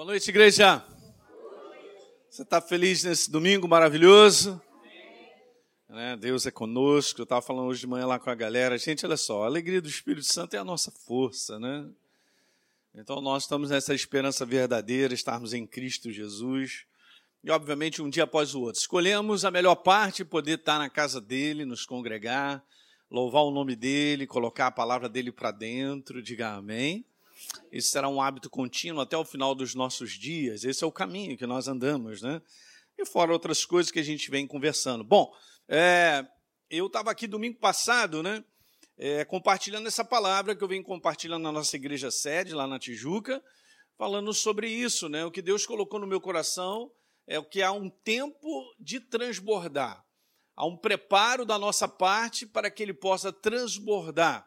Boa noite, igreja. Você está feliz nesse domingo maravilhoso? Deus é conosco. Eu estava falando hoje de manhã lá com a galera. Gente, olha só, a alegria do Espírito Santo é a nossa força, né? Então nós estamos nessa esperança verdadeira, estarmos em Cristo Jesus. E obviamente um dia após o outro. Escolhemos a melhor parte, poder estar na casa dele, nos congregar, louvar o nome dele, colocar a palavra dele para dentro, diga amém. Esse será um hábito contínuo até o final dos nossos dias. Esse é o caminho que nós andamos, né? E fora outras coisas que a gente vem conversando. Bom, eu estava aqui domingo passado, né? Compartilhando essa palavra que eu venho compartilhando na nossa igreja sede, lá na Tijuca, falando sobre isso, né? O que Deus colocou no meu coração é o que há um tempo de transbordar. Há um preparo da nossa parte para que ele possa transbordar.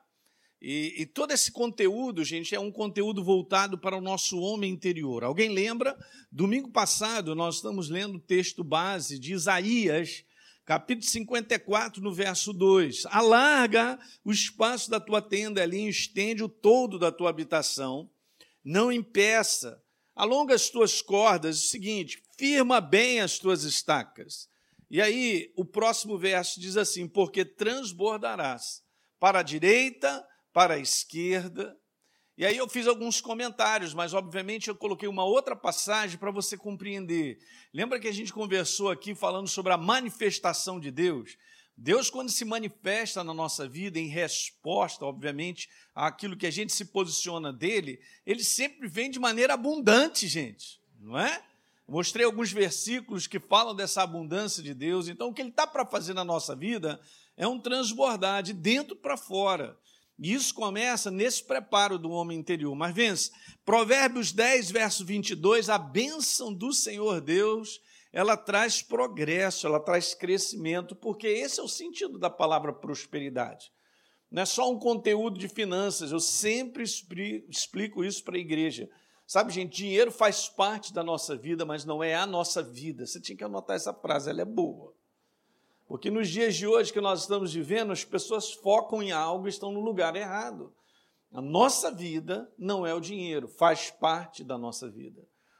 E todo esse conteúdo, gente, é um conteúdo voltado para o nosso homem interior. Alguém lembra? Domingo passado, nós estamos lendo o texto base de Isaías, capítulo 54, no verso 2. Alarga o espaço da tua tenda ali, estende o todo da tua habitação, não impeça, alonga as tuas cordas, o seguinte, firma bem as tuas estacas. E aí, o próximo verso diz assim, porque transbordarás para a direita, para a esquerda. E aí eu fiz alguns comentários, mas obviamente eu coloquei uma outra passagem para você compreender. Lembra que a gente conversou aqui falando sobre a manifestação de Deus? Deus, quando se manifesta na nossa vida em resposta, obviamente, àquilo que a gente se posiciona dele, ele sempre vem de maneira abundante, gente, não é? Mostrei alguns versículos que falam dessa abundância de Deus. Então, o que ele está para fazer na nossa vida é um transbordar de dentro para fora. E isso começa nesse preparo do homem interior. Mas vence, Provérbios 10, verso 22, a bênção do Senhor Deus, ela traz progresso, ela traz crescimento, porque esse é o sentido da palavra prosperidade. Não é só um conteúdo de finanças, eu sempre explico isso para a igreja. Sabe, gente, dinheiro faz parte da nossa vida, mas não é a nossa vida. Você tinha que anotar essa frase, ela é boa. Porque nos dias de hoje que nós estamos vivendo, as pessoas focam em algo e estão no lugar errado. A nossa vida não é o dinheiro, faz parte da nossa vida.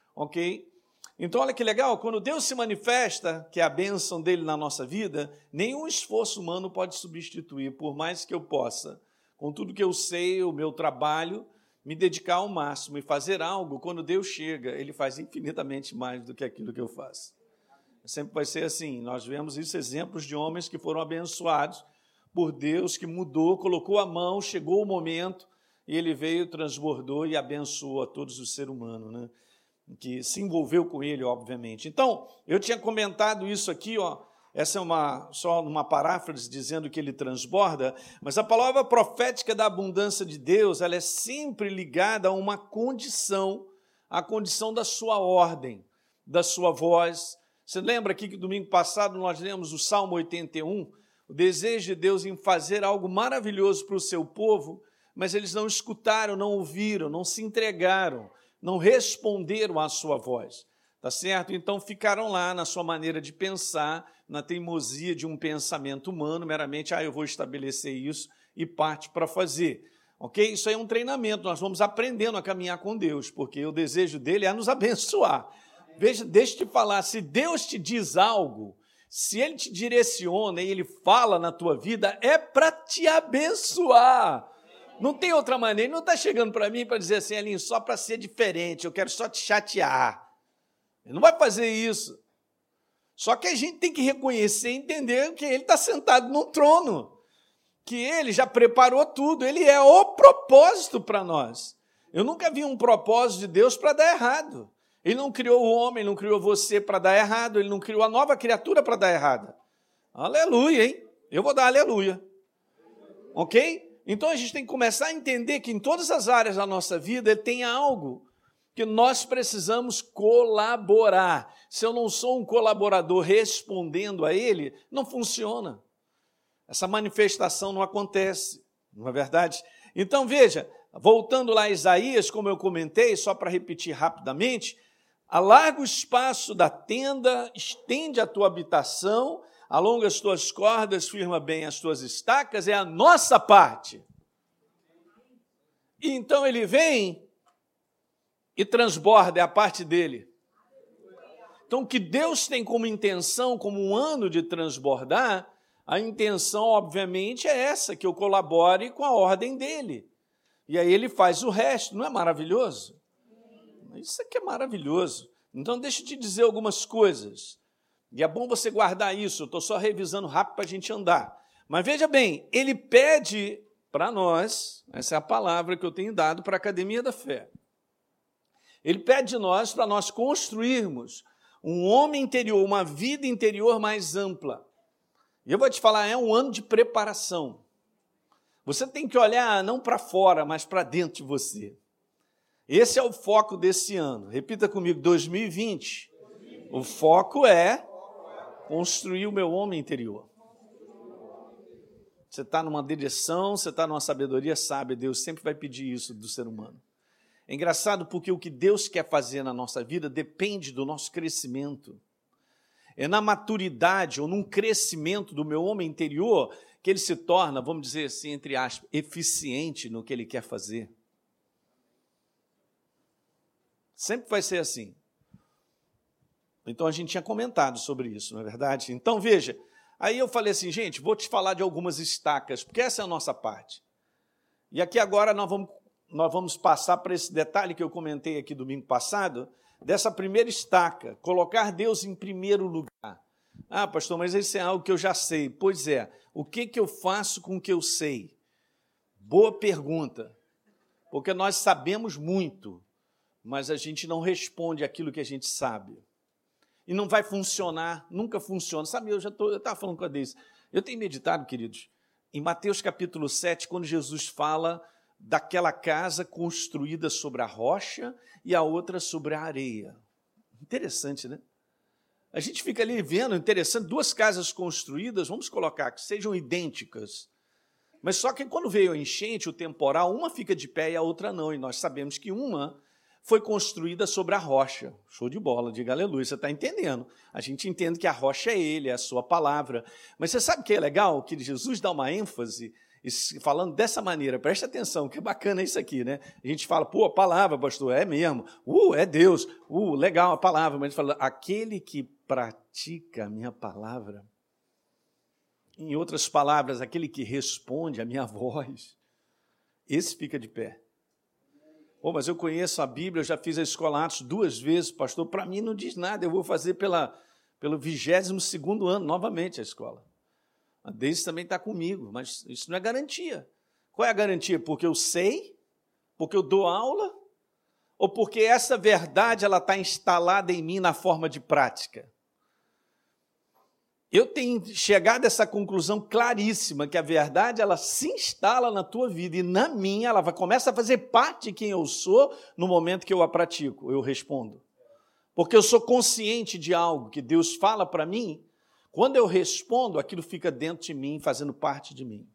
Ok? Então, olha que legal, quando Deus se manifesta, que é a bênção dele na nossa vida, nenhum esforço humano pode substituir, por mais que eu possa, com tudo que eu sei, o meu trabalho, me dedicar ao máximo e fazer algo, quando Deus chega, ele faz infinitamente mais do que aquilo que eu faço. Sempre vai ser assim, nós vemos isso, exemplos de homens que foram abençoados por Deus, que mudou, colocou a mão, chegou o momento, e ele veio, transbordou e abençoou a todos os seres humanos, né? Que se envolveu com ele, obviamente. Então, eu tinha comentado isso aqui, ó, essa é só uma paráfrase dizendo que ele transborda, mas a palavra profética da abundância de Deus, ela é sempre ligada a uma condição, a condição da sua ordem, da sua voz. Você lembra aqui que domingo passado nós lemos o Salmo 81, o desejo de Deus em fazer algo maravilhoso para o seu povo, mas eles não escutaram, não ouviram, não se entregaram, não responderam à sua voz, tá certo? Então ficaram lá na sua maneira de pensar, na teimosia de um pensamento humano, meramente, eu vou estabelecer isso e parte para fazer, ok? Isso aí é um treinamento, nós vamos aprendendo a caminhar com Deus, porque o desejo dele é nos abençoar. Veja, deixa eu te falar, se Deus te diz algo, se Ele te direciona e Ele fala na tua vida, é para te abençoar. Não tem outra maneira, Ele não está chegando para mim para dizer assim, Elinho, só para ser diferente, eu quero só te chatear. Ele não vai fazer isso. Só que a gente tem que reconhecer e entender que Ele está sentado num trono, que Ele já preparou tudo, Ele é o propósito para nós. Eu nunca vi um propósito de Deus para dar errado. Ele não criou o homem, não criou você para dar errado, ele não criou a nova criatura para dar errado. Aleluia, hein? Eu vou dar aleluia. Ok? Então a gente tem que começar a entender que em todas as áreas da nossa vida tem algo que nós precisamos colaborar. Se eu não sou um colaborador respondendo a ele, não funciona. Essa manifestação não acontece, não é verdade? Então veja, voltando lá a Isaías, como eu comentei, só para repetir rapidamente, alarga o espaço da tenda, estende a tua habitação, alonga as tuas cordas, firma bem as tuas estacas, é a nossa parte. E então ele vem e transborda, é a parte dele. Então, o que Deus tem como intenção, como um ano de transbordar, a intenção, obviamente, é essa, que eu colabore com a ordem dele. E aí ele faz o resto, não é maravilhoso? Isso aqui é maravilhoso. Então, deixa eu te dizer algumas coisas. E é bom você guardar isso, eu estou só revisando rápido para a gente andar. Mas veja bem, ele pede para nós, essa é a palavra que eu tenho dado para a Academia da Fé. Ele pede de nós para nós construirmos um homem interior, uma vida interior mais ampla. E eu vou te falar, é um ano de preparação. Você tem que olhar não para fora, mas para dentro de você. Esse é o foco desse ano. Repita comigo, 2020. O foco é construir o meu homem interior. Você está numa direção, você está numa sabedoria sábia, Deus sempre vai pedir isso do ser humano. É engraçado porque o que Deus quer fazer na nossa vida depende do nosso crescimento. É na maturidade ou num crescimento do meu homem interior que ele se torna, vamos dizer assim, entre aspas, eficiente no que ele quer fazer. Sempre vai ser assim. Então a gente tinha comentado sobre isso, não é verdade? Então veja, aí eu falei assim, gente, vou te falar de algumas estacas, porque essa é a nossa parte. E aqui agora nós vamos passar para esse detalhe que eu comentei aqui domingo passado, dessa primeira estaca, colocar Deus em primeiro lugar. Ah, pastor, mas isso é algo que eu já sei. Pois é, o que eu faço com o que eu sei? Boa pergunta, porque nós sabemos muito, mas a gente não responde aquilo que a gente sabe. E não vai funcionar, nunca funciona. Sabe, eu estava falando com a Deise, eu tenho meditado, queridos, em Mateus capítulo 7, quando Jesus fala daquela casa construída sobre a rocha e a outra sobre a areia. Interessante, né? A gente fica ali vendo, interessante, duas casas construídas, vamos colocar, que sejam idênticas. Mas só que quando veio a enchente, o temporal, uma fica de pé e a outra não. E nós sabemos que uma foi construída sobre a rocha. Show de bola, diga aleluia, você está entendendo. A gente entende que a rocha é ele, é a sua palavra. Mas você sabe o que é legal? Que Jesus dá uma ênfase falando dessa maneira, preste atenção, que bacana isso aqui, né? A gente fala, pô, a palavra, pastor, é mesmo, é Deus, legal a palavra, mas a gente fala, aquele que pratica a minha palavra, em outras palavras, aquele que responde a minha voz, esse fica de pé. Mas eu conheço a Bíblia, eu já fiz a escola Atos 2 vezes, pastor, para mim não diz nada, eu vou fazer pelo 22º ano, novamente a escola. A Deise também está comigo, mas isso não é garantia. Qual é a garantia? Porque eu sei? Porque eu dou aula? Ou porque essa verdade ela está instalada em mim na forma de prática? Eu tenho chegado a essa conclusão claríssima, que a verdade ela se instala na tua vida e na minha ela começa a fazer parte de quem eu sou no momento que eu a pratico, eu respondo. Porque eu sou consciente de algo que Deus fala para mim. Quando eu respondo, aquilo fica dentro de mim, fazendo parte de mim.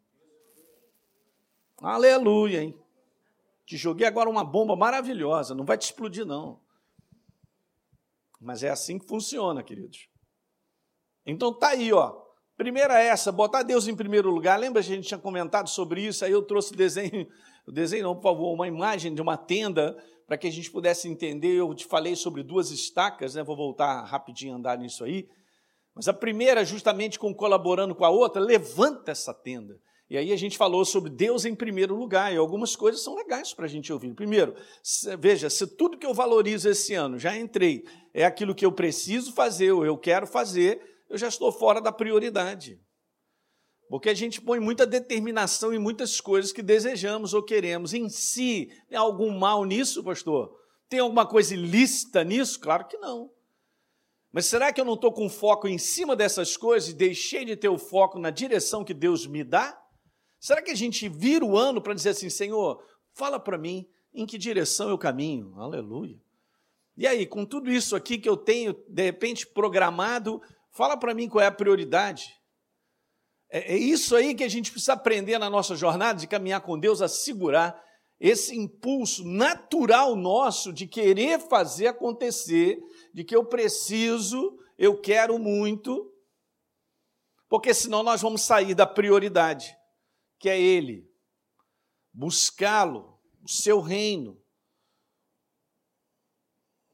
Aleluia, hein? Te joguei agora uma bomba maravilhosa, não vai te explodir, não. Mas é assim que funciona, queridos. Então tá aí, ó. Primeira essa, botar Deus em primeiro lugar. Lembra que a gente tinha comentado sobre isso? Aí eu trouxe o desenho não, por favor, uma imagem de uma tenda, para que a gente pudesse entender. Eu te falei sobre duas estacas, né? Vou voltar rapidinho a andar nisso aí. Mas a primeira, justamente colaborando com a outra, levanta essa tenda. E aí a gente falou sobre Deus em primeiro lugar, e algumas coisas são legais para a gente ouvir. Primeiro, veja, se tudo que eu valorizo esse ano, já entrei, é aquilo que eu preciso fazer, ou eu quero fazer, eu já estou fora da prioridade. Porque a gente põe muita determinação em muitas coisas que desejamos ou queremos. Em si, tem algum mal nisso, pastor? Tem alguma coisa ilícita nisso? Claro que não. Mas será que eu não estou com foco em cima dessas coisas e deixei de ter o foco na direção que Deus me dá? Será que a gente vira o ano para dizer assim, Senhor, fala para mim em que direção eu caminho? Aleluia. E aí, com tudo isso aqui que eu tenho, de repente, programado, fala para mim qual é a prioridade. É isso aí que a gente precisa aprender na nossa jornada de caminhar com Deus, a segurar esse impulso natural nosso de querer fazer acontecer, de que eu preciso, eu quero muito, porque senão nós vamos sair da prioridade, que é Ele, buscá-lo, o seu reino.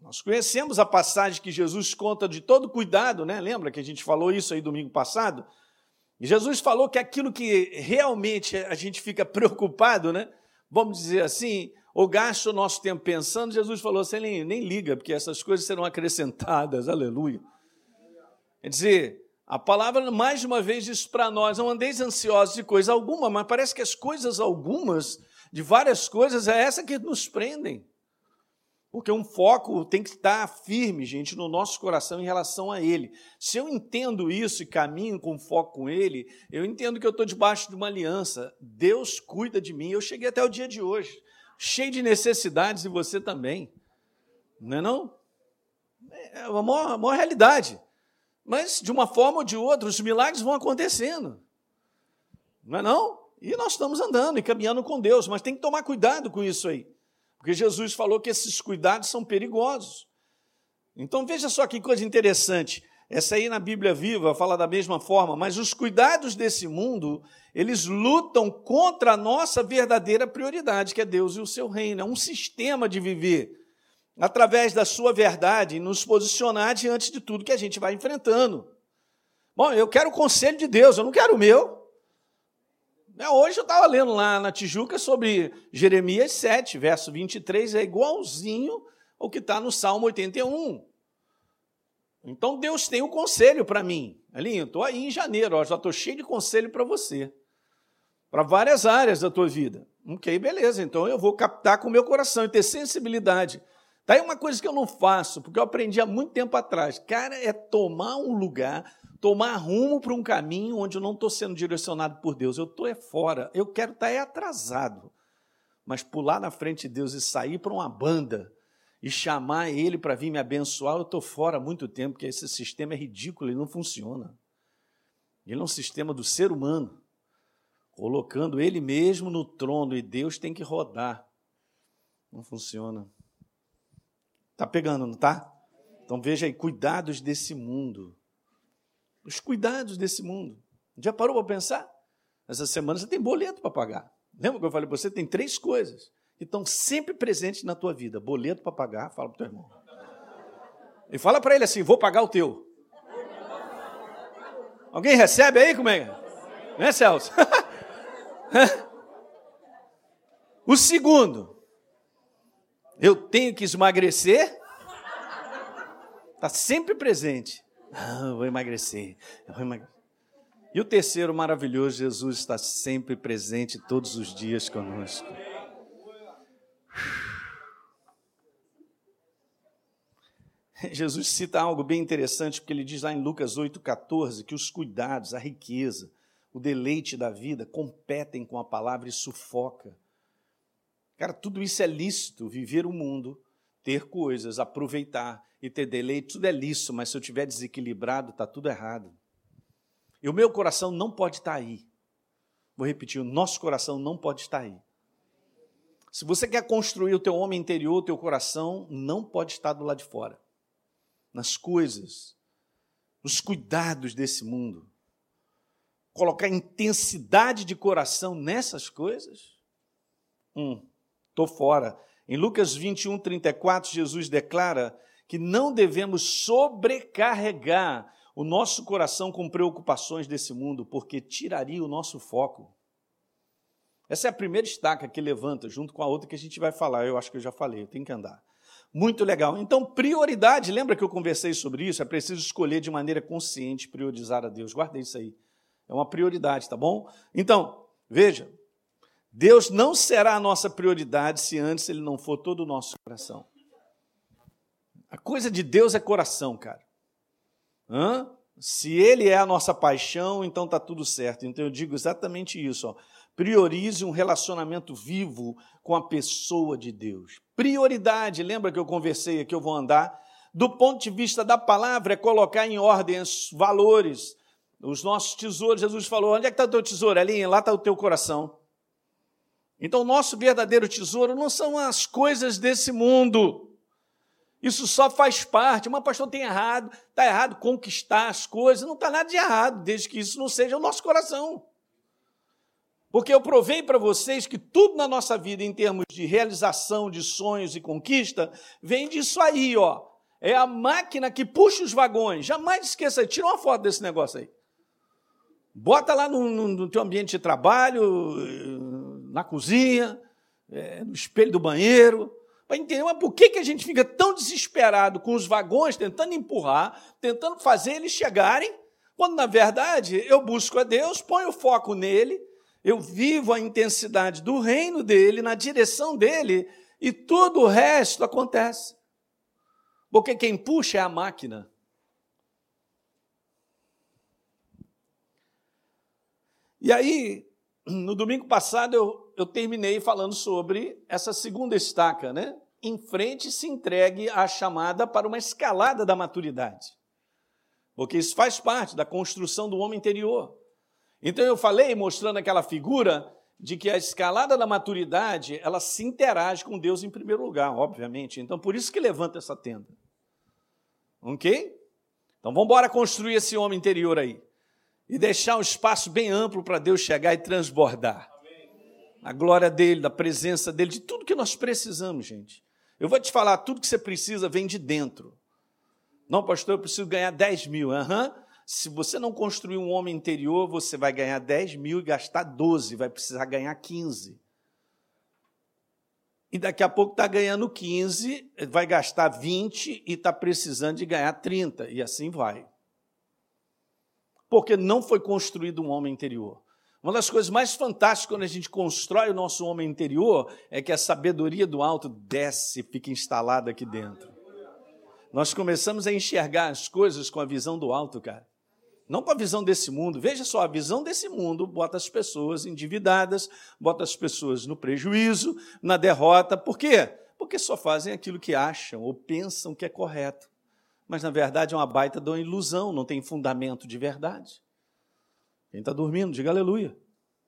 Nós conhecemos a passagem que Jesus conta de todo cuidado, né? Lembra que a gente falou isso aí domingo passado? E Jesus falou que aquilo que realmente a gente fica preocupado, né? Vamos dizer assim, ou gasta o nosso tempo pensando, Jesus falou, você nem liga, porque essas coisas serão acrescentadas, aleluia. Quer dizer, a palavra mais de uma vez diz para nós, não andeis ansiosos de coisa alguma, mas parece que as coisas algumas, de várias coisas, é essa que nos prendem. Porque um foco tem que estar firme, gente, no nosso coração em relação a Ele. Se eu entendo isso e caminho com foco com Ele, eu entendo que eu estou debaixo de uma aliança. Deus cuida de mim. Eu cheguei até o dia de hoje, cheio de necessidades, e você também. Não é não? É a maior realidade. Mas, de uma forma ou de outra, os milagres vão acontecendo. Não é não? E nós estamos andando e caminhando com Deus, mas tem que tomar cuidado com isso aí. Porque Jesus falou que esses cuidados são perigosos. Então, veja só que coisa interessante. Essa aí na Bíblia Viva fala da mesma forma, mas os cuidados desse mundo, eles lutam contra a nossa verdadeira prioridade, que é Deus e o seu reino. É um sistema de viver através da sua verdade e nos posicionar diante de tudo que a gente vai enfrentando. Bom, eu quero o conselho de Deus, eu não quero o meu. Hoje eu estava lendo lá na Tijuca sobre Jeremias 7, verso 23, é igualzinho ao que está no Salmo 81. Então Deus tem um conselho para mim. Alinho, eu estou aí em janeiro, já estou cheio de conselho para você, para várias áreas da tua vida. Ok, beleza, então eu vou captar com o meu coração e ter sensibilidade. Tá aí uma coisa que eu não faço, porque eu aprendi há muito tempo atrás. Cara, é tomar um lugar, tomar rumo para um caminho onde eu não estou sendo direcionado por Deus. Eu estou fora, eu quero estar atrasado. Mas pular na frente de Deus e sair para uma banda e chamar Ele para vir me abençoar, eu estou fora há muito tempo, porque esse sistema é ridículo, ele não funciona. Ele é um sistema do ser humano, colocando Ele mesmo no trono, e Deus tem que rodar. Não funciona. Está pegando, não está? Então veja aí, cuidados desse mundo. Os cuidados desse mundo. Já parou para pensar? Essa semana você tem boleto para pagar. Lembra que eu falei para você? Tem 3 coisas que estão sempre presentes na tua vida. Boleto para pagar, fala para o teu irmão. E fala para ele assim, vou pagar o teu. Alguém recebe aí? Como é? Né, Celso? O segundo, eu tenho que emagrecer. Está sempre presente. Eu vou emagrecer. E o terceiro maravilhoso, Jesus está sempre presente todos os dias conosco. Jesus cita algo bem interessante, porque ele diz lá em Lucas 8,14, que os cuidados, a riqueza, o deleite da vida competem com a palavra e sufoca. Cara, tudo isso é lícito, viver o mundo, ter coisas, aproveitar e ter deleite, tudo é lícito, mas se eu estiver desequilibrado, está tudo errado. E o meu coração não pode estar aí. Vou repetir, o nosso coração não pode estar aí. Se você quer construir o teu homem interior, o teu coração não pode estar do lado de fora. Nas coisas, nos cuidados desse mundo. Colocar intensidade de coração nessas coisas? Estou fora. Em Lucas 21, 34, Jesus declara que não devemos sobrecarregar o nosso coração com preocupações desse mundo, porque tiraria o nosso foco. Essa é a primeira estaca que levanta, junto com a outra que a gente vai falar. Eu acho que eu já falei, eu tenho que andar. Muito legal. Então, prioridade, lembra que eu conversei sobre isso? É preciso escolher de maneira consciente, priorizar a Deus. Guarda isso aí. É uma prioridade, tá bom? Então, veja, Deus não será a nossa prioridade se antes Ele não for todo o nosso coração. A coisa de Deus é coração, cara. Se Ele é a nossa paixão, então está tudo certo. Então eu digo exatamente isso. Priorize um relacionamento vivo com a pessoa de Deus. Prioridade, lembra que eu conversei aqui, eu vou andar? Do ponto de vista da palavra, é colocar em ordem os valores, os nossos tesouros. Jesus falou, onde é que está o teu tesouro? Ali, lá está o teu coração. Então, o nosso verdadeiro tesouro não são as coisas desse mundo. Isso só faz parte. Mas, pastor, está errado conquistar as coisas. Não está nada de errado, desde que isso não seja o nosso coração. Porque eu provei para vocês que tudo na nossa vida, em termos de realização de sonhos e conquista, vem disso aí, ó. É a máquina que puxa os vagões. Jamais esqueça, tira uma foto desse negócio aí. Bota lá no teu ambiente de trabalho, na cozinha, no espelho do banheiro, para entender, mas por que a gente fica tão desesperado com os vagões, tentando empurrar, tentando fazer eles chegarem, quando, na verdade, eu busco a Deus, ponho o foco nele, eu vivo a intensidade do reino dele, na direção dele, e tudo o resto acontece. Porque quem puxa é a máquina. E aí, no domingo passado, eu terminei falando sobre essa segunda estaca, né? Enfrente, se entregue à chamada para uma escalada da maturidade. Porque isso faz parte da construção do homem interior. Então eu falei, mostrando aquela figura, de que a escalada da maturidade, ela se interage com Deus em primeiro lugar, obviamente. Então, por isso que levanta essa tenda. Ok? Então, vamos embora construir esse homem interior aí. E deixar um espaço bem amplo para Deus chegar e transbordar. A glória dele, da presença dele, de tudo que nós precisamos, gente. Eu vou te falar, tudo que você precisa vem de dentro. Não, pastor, eu preciso ganhar 10 mil. Se você não construir um homem interior, você vai ganhar 10 mil e gastar 12, vai precisar ganhar 15. E daqui a pouco está ganhando 15, vai gastar 20 e está precisando de ganhar 30, e assim vai. Porque não foi construído um homem interior. Uma das coisas mais fantásticas quando a gente constrói o nosso homem interior é que a sabedoria do alto desce, fica instalada aqui dentro. Nós começamos a enxergar as coisas com a visão do alto, cara. Não com a visão desse mundo. Veja só, a visão desse mundo bota as pessoas endividadas, bota as pessoas no prejuízo, na derrota. Por quê? Porque só fazem aquilo que acham ou pensam que é correto. Mas, na verdade, é uma baita de uma ilusão, não tem fundamento de verdade. Quem está dormindo, diga aleluia.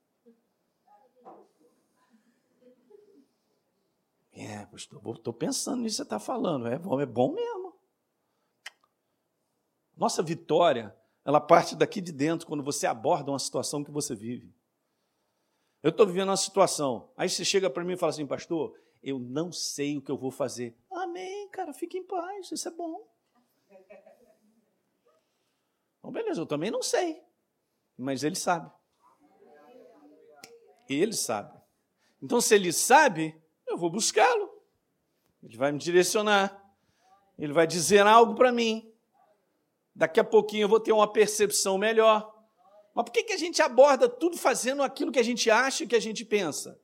Pastor, estou pensando nisso que você está falando. É bom mesmo. Nossa vitória, ela parte daqui de dentro, quando você aborda uma situação que você vive. Eu estou vivendo uma situação, aí você chega para mim e fala assim, pastor, eu não sei o que eu vou fazer. Amém, cara, fique em paz, isso é bom. Então, beleza, eu também não sei, mas ele sabe. Ele sabe. Então, se ele sabe, eu vou buscá-lo. Ele vai me direcionar. Ele vai dizer algo para mim. Daqui a pouquinho eu vou ter uma percepção melhor. Mas por que a gente aborda tudo fazendo aquilo que a gente acha e que a gente pensa?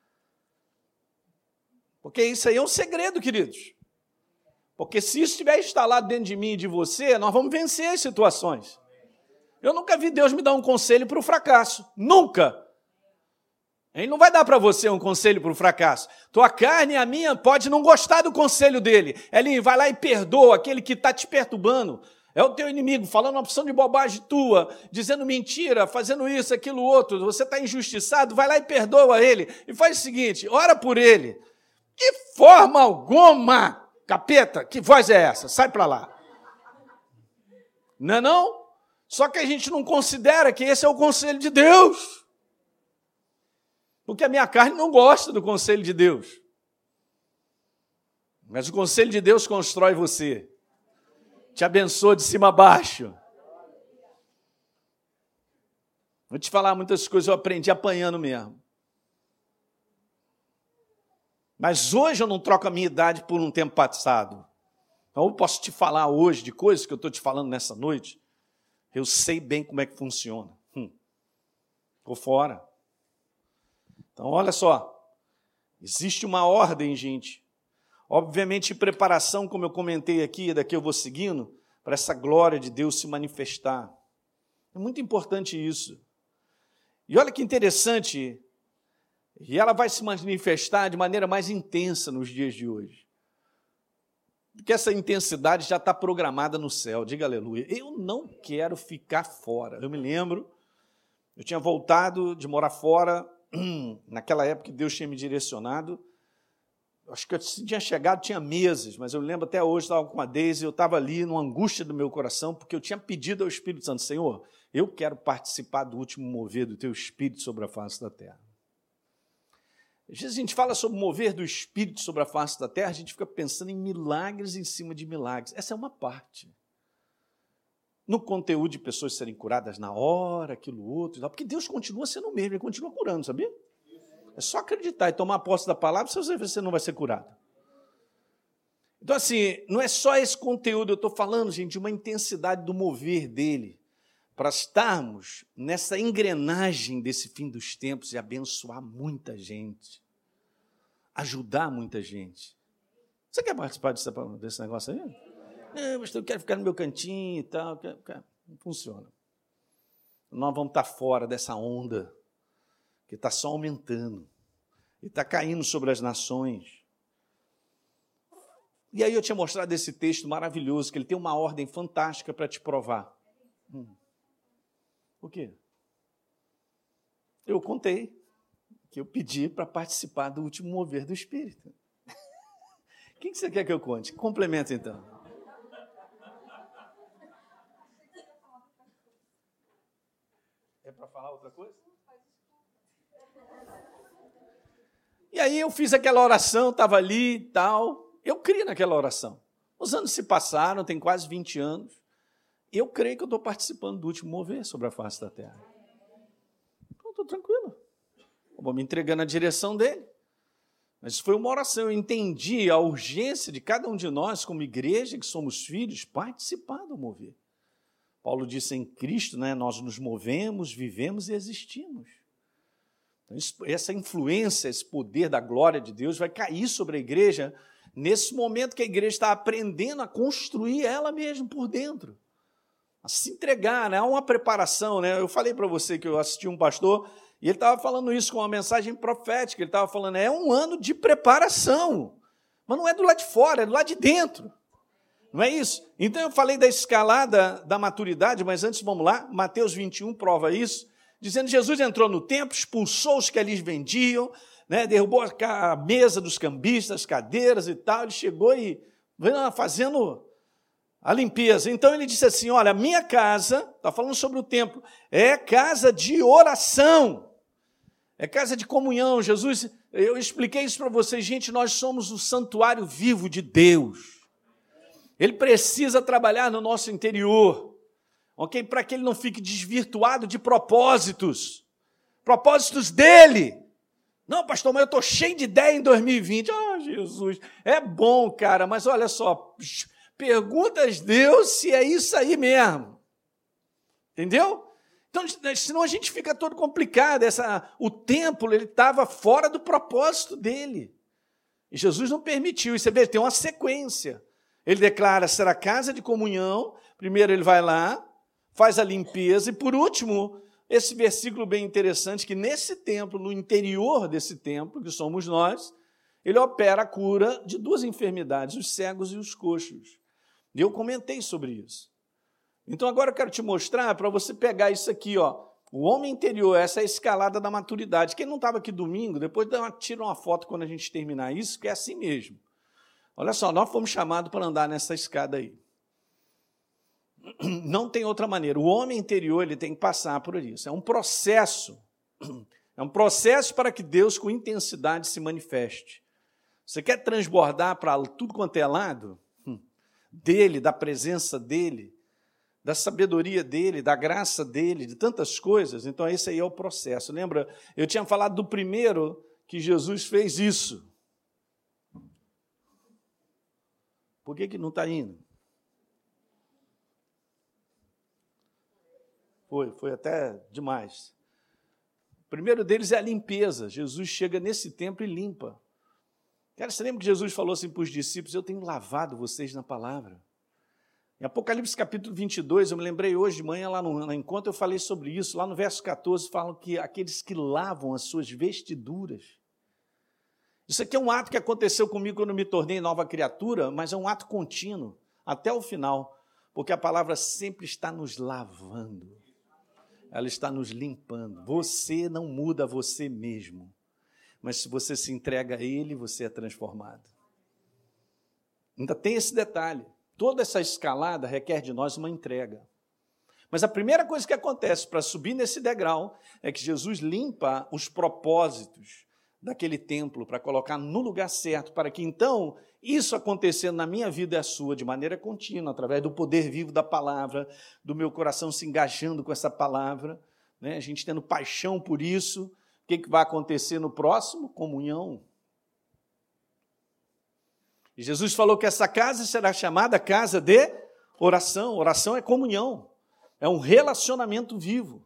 Porque isso aí é um segredo, queridos. Porque se isso estiver instalado dentro de mim e de você, nós vamos vencer as situações. Eu nunca vi Deus me dar um conselho para o fracasso. Nunca. Ele não vai dar para você um conselho para o fracasso. Tua carne e a minha pode não gostar do conselho dele. Ele vai lá e perdoa aquele que está te perturbando. É o teu inimigo falando uma opção de bobagem tua, dizendo mentira, fazendo isso, aquilo, outro. Você está injustiçado, vai lá e perdoa ele. E faz o seguinte, ora por ele. De forma alguma... Capeta, que voz é essa? Sai para lá. Não é não? Só que a gente não considera que esse é o conselho de Deus. Porque a minha carne não gosta do conselho de Deus. Mas o conselho de Deus constrói você. Te abençoa de cima a baixo. Vou te falar muitas coisas, eu aprendi apanhando mesmo. Mas hoje eu não troco a minha idade por um tempo passado. Então eu posso te falar hoje de coisas que eu estou te falando nessa noite. Eu sei bem como é que funciona. Estou fora. Então olha só. Existe uma ordem, gente. Obviamente preparação, como eu comentei aqui, daqui eu vou seguindo, para essa glória de Deus se manifestar. É muito importante isso. E olha que interessante... E ela vai se manifestar de maneira mais intensa nos dias de hoje. Porque essa intensidade já está programada no céu, diga aleluia. Eu não quero ficar fora. Eu me lembro, eu tinha voltado de morar fora, naquela época que Deus tinha me direcionado, acho que eu tinha chegado, tinha meses, mas eu lembro até hoje, estava com a Deise, eu estava ali numa angústia do meu coração, porque eu tinha pedido ao Espírito Santo, Senhor, eu quero participar do último mover do teu Espírito sobre a face da terra. Às vezes a gente fala sobre o mover do Espírito sobre a face da terra, a gente fica pensando em milagres em cima de milagres. Essa é uma parte. No conteúdo de pessoas serem curadas na hora, aquilo outro, porque Deus continua sendo o mesmo, Ele continua curando, sabia? É só acreditar e tomar posse da palavra, você não vai ser curado. Então, assim, não é só esse conteúdo, eu estou falando, gente, de uma intensidade do mover dele, para estarmos nessa engrenagem desse fim dos tempos e abençoar muita gente, ajudar muita gente. Você quer participar desse negócio aí? Não, mas eu quero ficar no meu cantinho e tal. Não funciona. Nós vamos estar fora dessa onda que está só aumentando e está caindo sobre as nações. E aí eu tinha mostrado esse texto maravilhoso, que ele tem uma ordem fantástica para te provar. O quê? Eu contei que eu pedi para participar do último mover do Espírito. O que você quer que eu conte? Complementa, então. É para falar outra coisa? E aí eu fiz aquela oração, estava ali e tal. Eu criei naquela oração. Os anos se passaram, tem quase 20 anos. Eu creio que eu estou participando do último mover sobre a face da terra. Então, estou tranquilo. Eu vou me entregando à direção dele. Mas foi uma oração. Eu entendi a urgência de cada um de nós, como igreja, que somos filhos, participar do mover. Paulo disse, em Cristo, né, nós nos movemos, vivemos e existimos. Então, essa influência, esse poder da glória de Deus vai cair sobre a igreja nesse momento que a igreja está aprendendo a construir ela mesma por dentro. A se entregar, né? Há uma preparação, né? Eu falei para você que eu assisti um pastor e ele estava falando isso com uma mensagem profética, ele estava falando, é um ano de preparação, mas não é do lado de fora, é do lado de dentro, não é isso? Então eu falei da escalada da maturidade, mas antes vamos lá, Mateus 21 prova isso, dizendo que Jesus entrou no templo, expulsou os que ali vendiam, né? Derrubou a mesa dos cambistas, as cadeiras e tal, ele chegou e veio fazendo a limpeza. Então ele disse assim, olha, a minha casa, está falando sobre o templo, é casa de oração, é casa de comunhão. Jesus, eu expliquei isso para vocês, gente, nós somos o santuário vivo de Deus. Ele precisa trabalhar no nosso interior, ok? Para que ele não fique desvirtuado de propósitos dele. Não, pastor, mas eu estou cheio de ideia em 2020. Ah, Jesus, é bom, cara, mas olha só, pergunta a Deus se é isso aí mesmo. Entendeu? Então, senão a gente fica todo complicado. O templo, ele estava fora do propósito dele. E Jesus não permitiu. E você vê, tem uma sequência. Ele declara, será casa de comunhão. Primeiro ele vai lá, faz a limpeza. E por último, esse versículo bem interessante, que nesse templo, no interior desse templo, que somos nós, ele opera a cura de duas enfermidades, os cegos e os coxos. E eu comentei sobre isso. Então agora eu quero te mostrar, para você pegar isso aqui, ó, o homem interior, essa é a escalada da maturidade. Quem não estava aqui domingo, depois tira uma foto quando a gente terminar isso, que é assim mesmo. Olha só, nós fomos chamados para andar nessa escada aí. Não tem outra maneira. O homem interior, ele tem que passar por isso. É um processo. É um processo para que Deus, com intensidade, se manifeste. Você quer transbordar para tudo quanto é lado? Dele, da presença dele, da sabedoria dele, da graça dele, de tantas coisas. Então, esse aí é o processo. Lembra? Eu tinha falado do primeiro que Jesus fez isso. Por que não está indo? Foi até demais. O primeiro deles é a limpeza. Jesus chega nesse templo e limpa. Cara, você lembra que Jesus falou assim para os discípulos, eu tenho lavado vocês na palavra. Em Apocalipse capítulo 22, eu me lembrei hoje de manhã, lá no encontro, eu falei sobre isso, lá no verso 14, falam que aqueles que lavam as suas vestiduras. Isso aqui é um ato que aconteceu comigo quando eu me tornei nova criatura, mas é um ato contínuo, até o final, porque a palavra sempre está nos lavando, ela está nos limpando. Você não muda você mesmo. mas se você se entrega a Ele, você é transformado. Ainda tem esse detalhe. Toda essa escalada requer de nós uma entrega. Mas a primeira coisa que acontece para subir nesse degrau é que Jesus limpa os propósitos daquele templo para colocar no lugar certo, para que então isso acontecendo na minha vida e a sua de maneira contínua, através do poder vivo da palavra, do meu coração se engajando com essa palavra, né? A gente tendo paixão por isso, o que vai acontecer no próximo? Comunhão. E Jesus falou que essa casa será chamada casa de oração. Oração é comunhão, é um relacionamento vivo.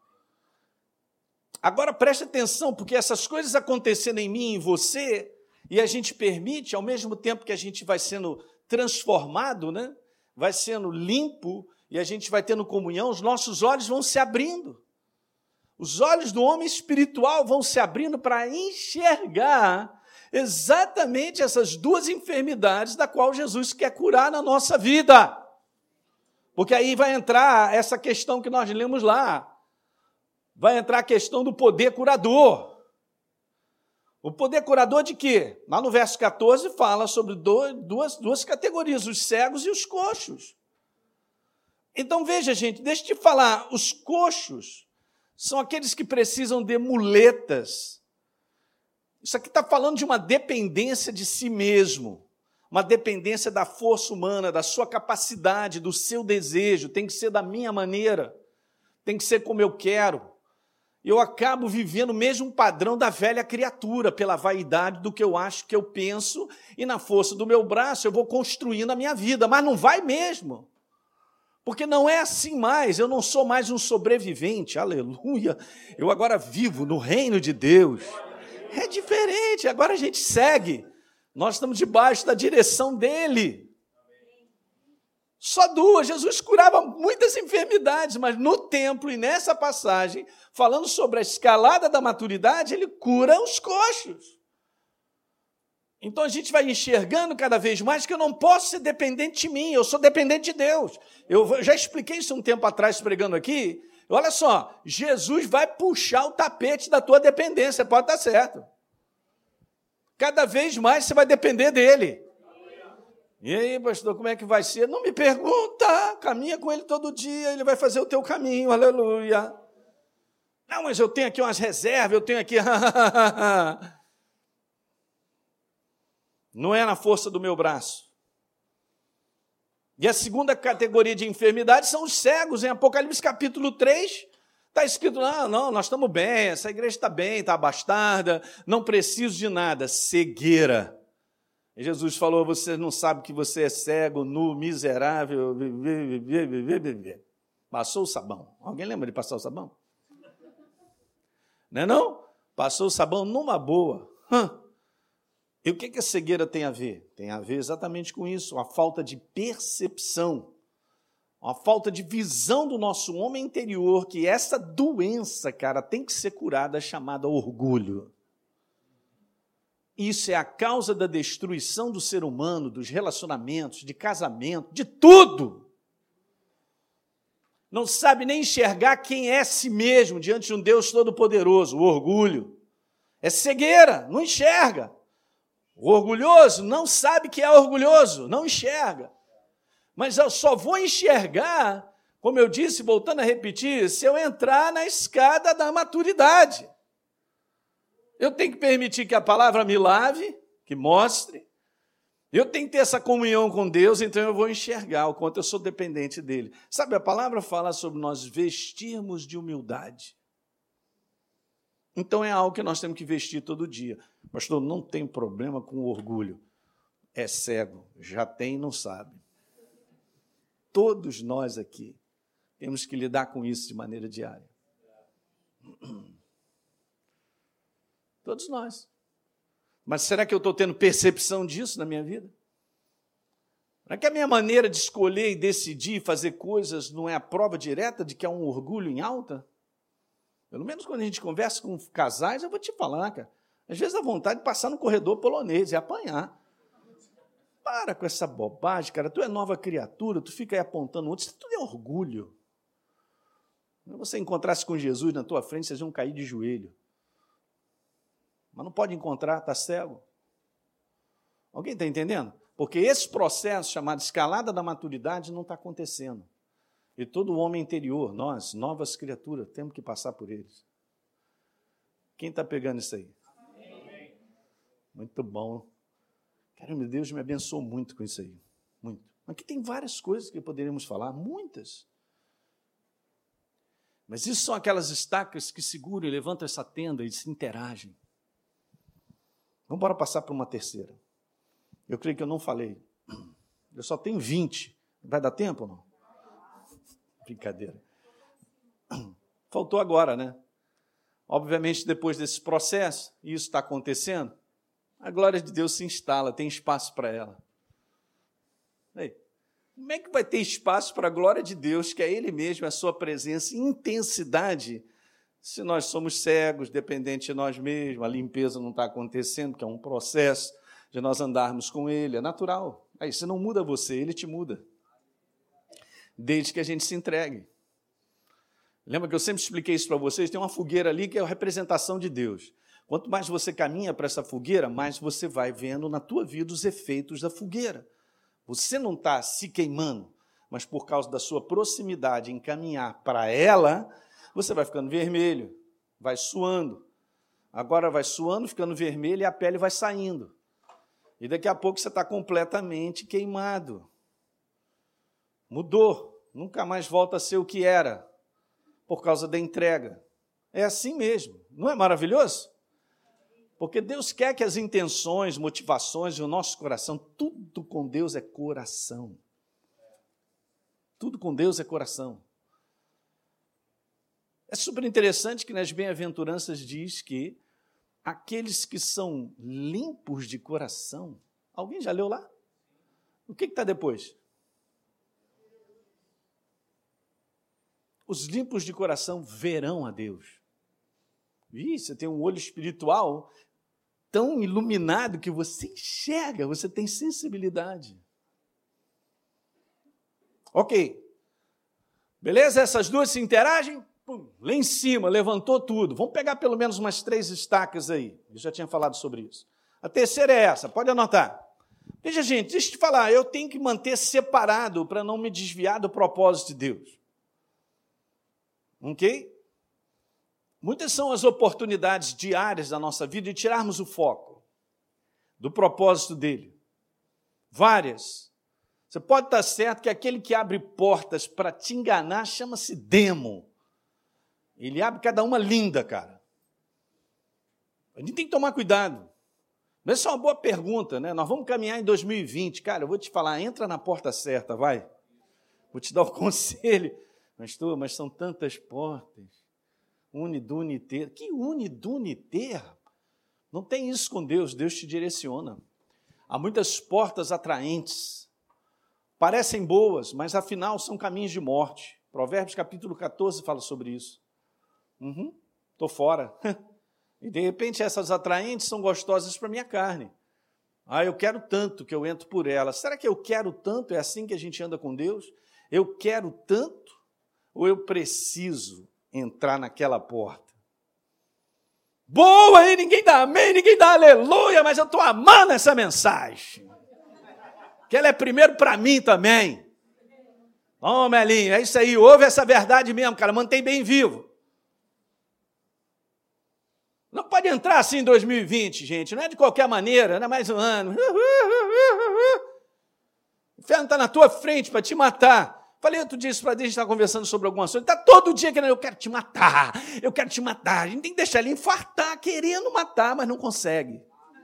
Agora preste atenção, porque essas coisas acontecendo em mim e em você, e a gente permite, ao mesmo tempo que a gente vai sendo transformado, né? Vai sendo limpo, e a gente vai tendo comunhão, os nossos olhos vão se abrindo. Os olhos do homem espiritual vão se abrindo para enxergar exatamente essas duas enfermidades da qual Jesus quer curar na nossa vida. Porque aí vai entrar essa questão que nós lemos lá. Vai entrar a questão do poder curador. O poder curador de quê? Lá no verso 14 fala sobre duas categorias, os cegos e os coxos. Então veja, gente, deixa eu te falar, os coxos são aqueles que precisam de muletas. Isso aqui está falando de uma dependência de si mesmo, uma dependência da força humana, da sua capacidade, do seu desejo, tem que ser da minha maneira, tem que ser como eu quero. Eu acabo vivendo o mesmo padrão da velha criatura, pela vaidade do que eu acho, que eu penso, e na força do meu braço eu vou construindo a minha vida, mas não vai mesmo. Porque não é assim mais, eu não sou mais um sobrevivente, aleluia, eu agora vivo no reino de Deus. É diferente, agora a gente segue, nós estamos debaixo da direção dele. Só duas, Jesus curava muitas enfermidades, mas no templo e nessa passagem, falando sobre a escalada da maturidade, ele cura os coxos. Então a gente vai enxergando cada vez mais que eu não posso ser dependente de mim, eu sou dependente de Deus. Eu já expliquei isso um tempo atrás pregando aqui. Olha só, Jesus vai puxar o tapete da tua dependência, pode estar certo. Cada vez mais você vai depender dele. E aí, pastor, como é que vai ser? Não me pergunta, caminha com ele todo dia, ele vai fazer o teu caminho, aleluia. Não, mas eu tenho aqui umas reservas, eu tenho aqui... Não é na força do meu braço. E a segunda categoria de enfermidade são os cegos. Em Apocalipse capítulo 3, está escrito, não, nós estamos bem, essa igreja está bem, está abastada, não preciso de nada, cegueira. E Jesus falou, você não sabe que você é cego, nu, miserável, passou o sabão. Alguém lembra de passar o sabão? Não é não? Passou o sabão numa boa. E o que a cegueira tem a ver? Tem a ver exatamente com isso, a falta de percepção, a falta de visão do nosso homem interior, que essa doença, cara, tem que ser curada, chamada orgulho. Isso é a causa da destruição do ser humano, dos relacionamentos, de casamento, de tudo. Não sabe nem enxergar quem é si mesmo diante de um Deus todo-poderoso, o orgulho. É cegueira, não enxerga. O orgulhoso não sabe que é orgulhoso, não enxerga. Mas eu só vou enxergar, como eu disse, voltando a repetir, se eu entrar na escada da maturidade. Eu tenho que permitir que a palavra me lave, que mostre. Eu tenho que ter essa comunhão com Deus, então eu vou enxergar o quanto eu sou dependente dele. Sabe, a palavra fala sobre nós vestirmos de humildade. Então é algo que nós temos que vestir todo dia. Pastor, não tem problema com o orgulho. É cego, já tem e não sabe. Todos nós aqui temos que lidar com isso de maneira diária. Todos nós. Mas será que eu estou tendo percepção disso na minha vida? Será que a minha maneira de escolher e decidir fazer coisas não é a prova direta de que há um orgulho em alta? Pelo menos quando a gente conversa com casais, eu vou te falar, cara. Às vezes dá vontade de passar no corredor polonês e apanhar. Para com essa bobagem, cara. Tu é nova criatura, tu fica aí apontando outro. Isso tudo é orgulho. Se você encontrasse com Jesus na tua frente, vocês iam cair de joelho. mas não pode encontrar, está cego. Alguém está entendendo? Porque esse processo chamado escalada da maturidade não está acontecendo. E todo homem interior, nós, novas criaturas, temos que passar por eles. Quem está pegando isso aí? Amém. Muito bom. Caramba, Deus me abençoou muito com isso aí. Muito. Aqui tem várias coisas que poderíamos falar, muitas. Mas isso são aquelas estacas que seguram e levantam essa tenda e se interagem. Vamos embora passar para uma terceira. Eu creio que eu não falei. Eu só tenho 20. Vai dar tempo ou não? Brincadeira. Faltou agora, né? Obviamente, depois desse processo, e isso está acontecendo, a glória de Deus se instala, tem espaço para ela. Ei, como é que vai ter espaço para a glória de Deus, que é Ele mesmo, a sua presença e intensidade, se nós somos cegos, dependentes de nós mesmos, a limpeza não está acontecendo, que é um processo de nós andarmos com Ele, é natural. Aí, se não muda você, Ele te muda. Desde que a gente se entregue. Lembra que eu sempre expliquei isso para vocês? Tem uma fogueira ali que é a representação de Deus. Quanto mais você caminha para essa fogueira, mais você vai vendo na tua vida os efeitos da fogueira. Você não está se queimando, mas por causa da sua proximidade em caminhar para ela, você vai ficando vermelho, vai suando. Agora vai suando, ficando vermelho e a pele vai saindo. E daqui a pouco você está completamente queimado. Mudou, nunca mais volta a ser o que era, por causa da entrega. É assim mesmo, não é maravilhoso? Porque Deus quer que as intenções, motivações e o nosso coração, tudo com Deus é coração. Tudo com Deus é coração. É super interessante que nas bem-aventuranças diz que aqueles que são limpos de coração, alguém já leu lá? O que está depois? Os limpos de coração verão a Deus. Ih, você tem um olho espiritual tão iluminado que você enxerga, você tem sensibilidade. Ok. Beleza? Essas duas se interagem, pum, lá em cima, levantou tudo. Vamos pegar pelo menos umas 3 estacas aí. Eu já tinha falado sobre isso. A terceira é essa, pode anotar. Veja, gente, deixa eu te falar, eu tenho que manter separado para não me desviar do propósito de Deus. Ok? Muitas são as oportunidades diárias da nossa vida de tirarmos o foco do propósito dele. Várias. Você pode estar certo que aquele que abre portas para te enganar chama-se demo. Ele abre cada uma linda, cara. A gente tem que tomar cuidado. Mas essa é uma boa pergunta, né? Nós vamos caminhar em 2020. Cara, eu vou te falar, entra na porta certa, vai. Vou te dar o conselho. Mas são tantas portas. Uniduniter. Que uniduniter? Não tem isso com Deus. Deus te direciona. Há muitas portas atraentes. Parecem boas, mas afinal são caminhos de morte. Provérbios capítulo 14 fala sobre isso. Estou fora. E de repente essas atraentes são gostosas para a minha carne. Eu quero tanto que eu entro por elas. Será que eu quero tanto? É assim que a gente anda com Deus? Eu quero tanto ou eu preciso entrar naquela porta? Boa, aí ninguém dá amém, ninguém dá aleluia, mas eu estou amando essa mensagem. Que ela é primeiro para mim também. Melinho, é isso aí, ouve essa verdade mesmo, cara, mantém bem vivo. Não pode entrar assim em 2020, gente, não é de qualquer maneira, não é mais um ano. O inferno está na tua frente para te matar. Falei outro dia isso para a gente estar conversando sobre algumas coisas. Está todo dia querendo, eu quero te matar, eu quero te matar. A gente tem que deixar ele infartar, querendo matar, mas não consegue.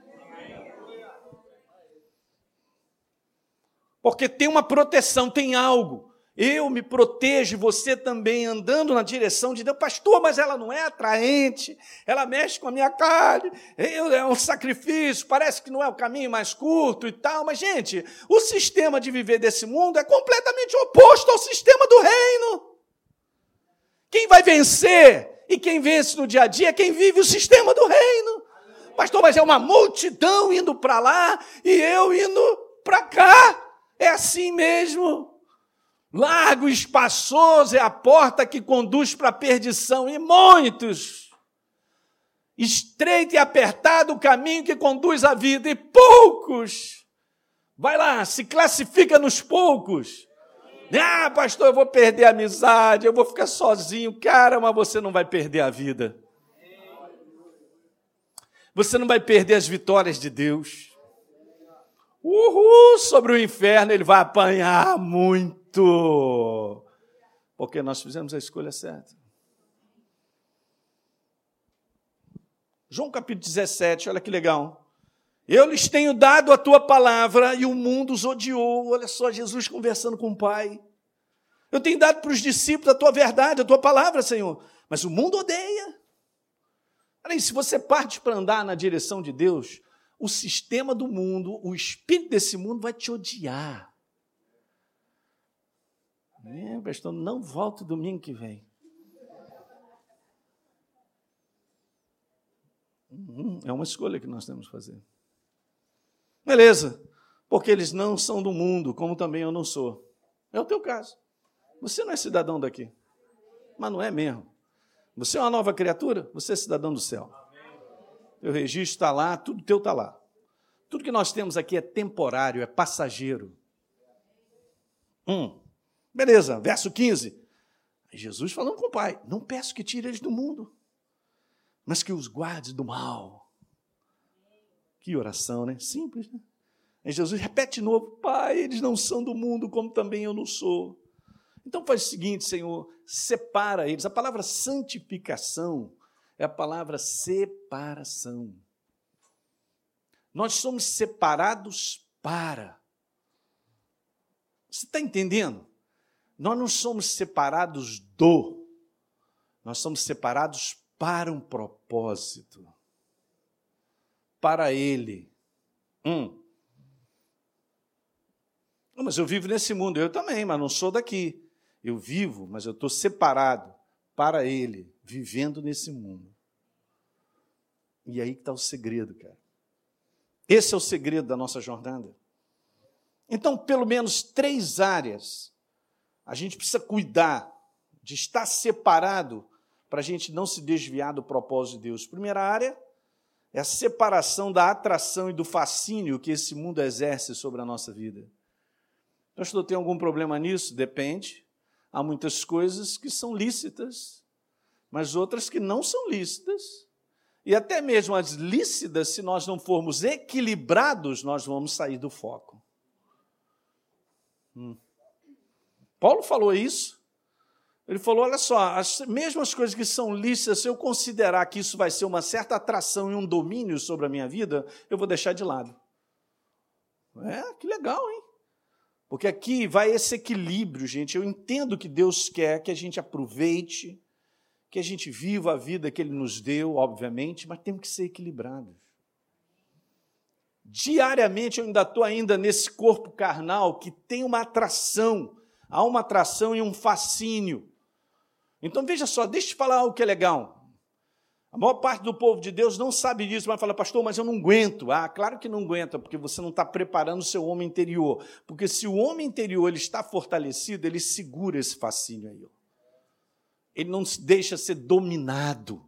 Porque tem uma proteção, tem algo. Eu me protejo, você também, andando na direção de Deus. Pastor, mas ela não é atraente, ela mexe com a minha carne, é um sacrifício, parece que não é o caminho mais curto e tal. Mas, gente, o sistema de viver desse mundo é completamente oposto ao sistema do reino. Quem vai vencer e quem vence no dia a dia é quem vive o sistema do reino. Pastor, mas é uma multidão indo para lá e eu indo para cá. É assim mesmo. Largo e espaçoso é a porta que conduz para a perdição, e muitos Estreito e apertado o caminho que conduz à vida, e poucos. Vai lá, se classifica nos poucos. Ah, pastor, eu vou perder a amizade, eu vou ficar sozinho. Cara, mas você não vai perder a vida. Você não vai perder as vitórias de Deus. Sobre o inferno ele vai apanhar muito. Porque nós fizemos a escolha certa. João capítulo 17, olha que legal. Eu lhes tenho dado a tua palavra e o mundo os odiou. Olha só, Jesus conversando com o Pai. Eu tenho dado para os discípulos a tua verdade, a tua palavra, Senhor. Mas o mundo odeia. Olha aí, se você parte para andar na direção de Deus, o sistema do mundo, o espírito desse mundo vai te odiar. Pastor, não volto domingo que vem. É uma escolha que nós temos que fazer. Beleza, porque eles não são do mundo, como também eu não sou. É o teu caso. Você não é cidadão daqui, mas não é mesmo. Você é uma nova criatura, você é cidadão do céu. Teu registro está lá, tudo teu está lá. Tudo que nós temos aqui é temporário, é passageiro. Beleza, verso 15. Jesus falando com o Pai, não peço que tire eles do mundo, mas que os guarde do mal. Que oração, né? Simples, né? Aí Jesus repete de novo, Pai, eles não são do mundo, como também eu não sou. Então faz o seguinte, Senhor, separa eles. A palavra santificação é a palavra separação. Nós somos separados para. Você está entendendo? Nós não somos separados do. Nós somos separados para um propósito. Para Ele. Mas eu vivo nesse mundo, eu também, mas não sou daqui. Eu vivo, mas eu estou separado para Ele, vivendo nesse mundo. E aí que está o segredo, cara. Esse é o segredo da nossa jornada. Então, pelo menos 3 áreas, a gente precisa cuidar de estar separado para a gente não se desviar do propósito de Deus. Primeira área é a separação da atração e do fascínio que esse mundo exerce sobre a nossa vida. Pastor, tem algum problema nisso? Depende. Há muitas coisas que são lícitas, mas outras que não são lícitas. E até mesmo as lícitas, se nós não formos equilibrados, nós vamos sair do foco. Paulo falou isso. Ele falou, olha só, as mesmas coisas que são lícitas, se eu considerar que isso vai ser uma certa atração e um domínio sobre a minha vida, eu vou deixar de lado. Que legal, hein? Porque aqui vai esse equilíbrio, gente. Eu entendo que Deus quer que a gente aproveite, que a gente viva a vida que Ele nos deu, obviamente, mas temos que ser equilibrados. Diariamente eu ainda estou nesse corpo carnal que tem uma atração, há uma atração e um fascínio. Então veja só, deixa eu te falar algo que é legal. A maior parte do povo de Deus não sabe disso, mas fala, pastor, mas eu não aguento. Claro que não aguenta, porque você não está preparando o seu homem interior. Porque se o homem interior ele está fortalecido, ele segura esse fascínio aí. Ele não se deixa ser dominado.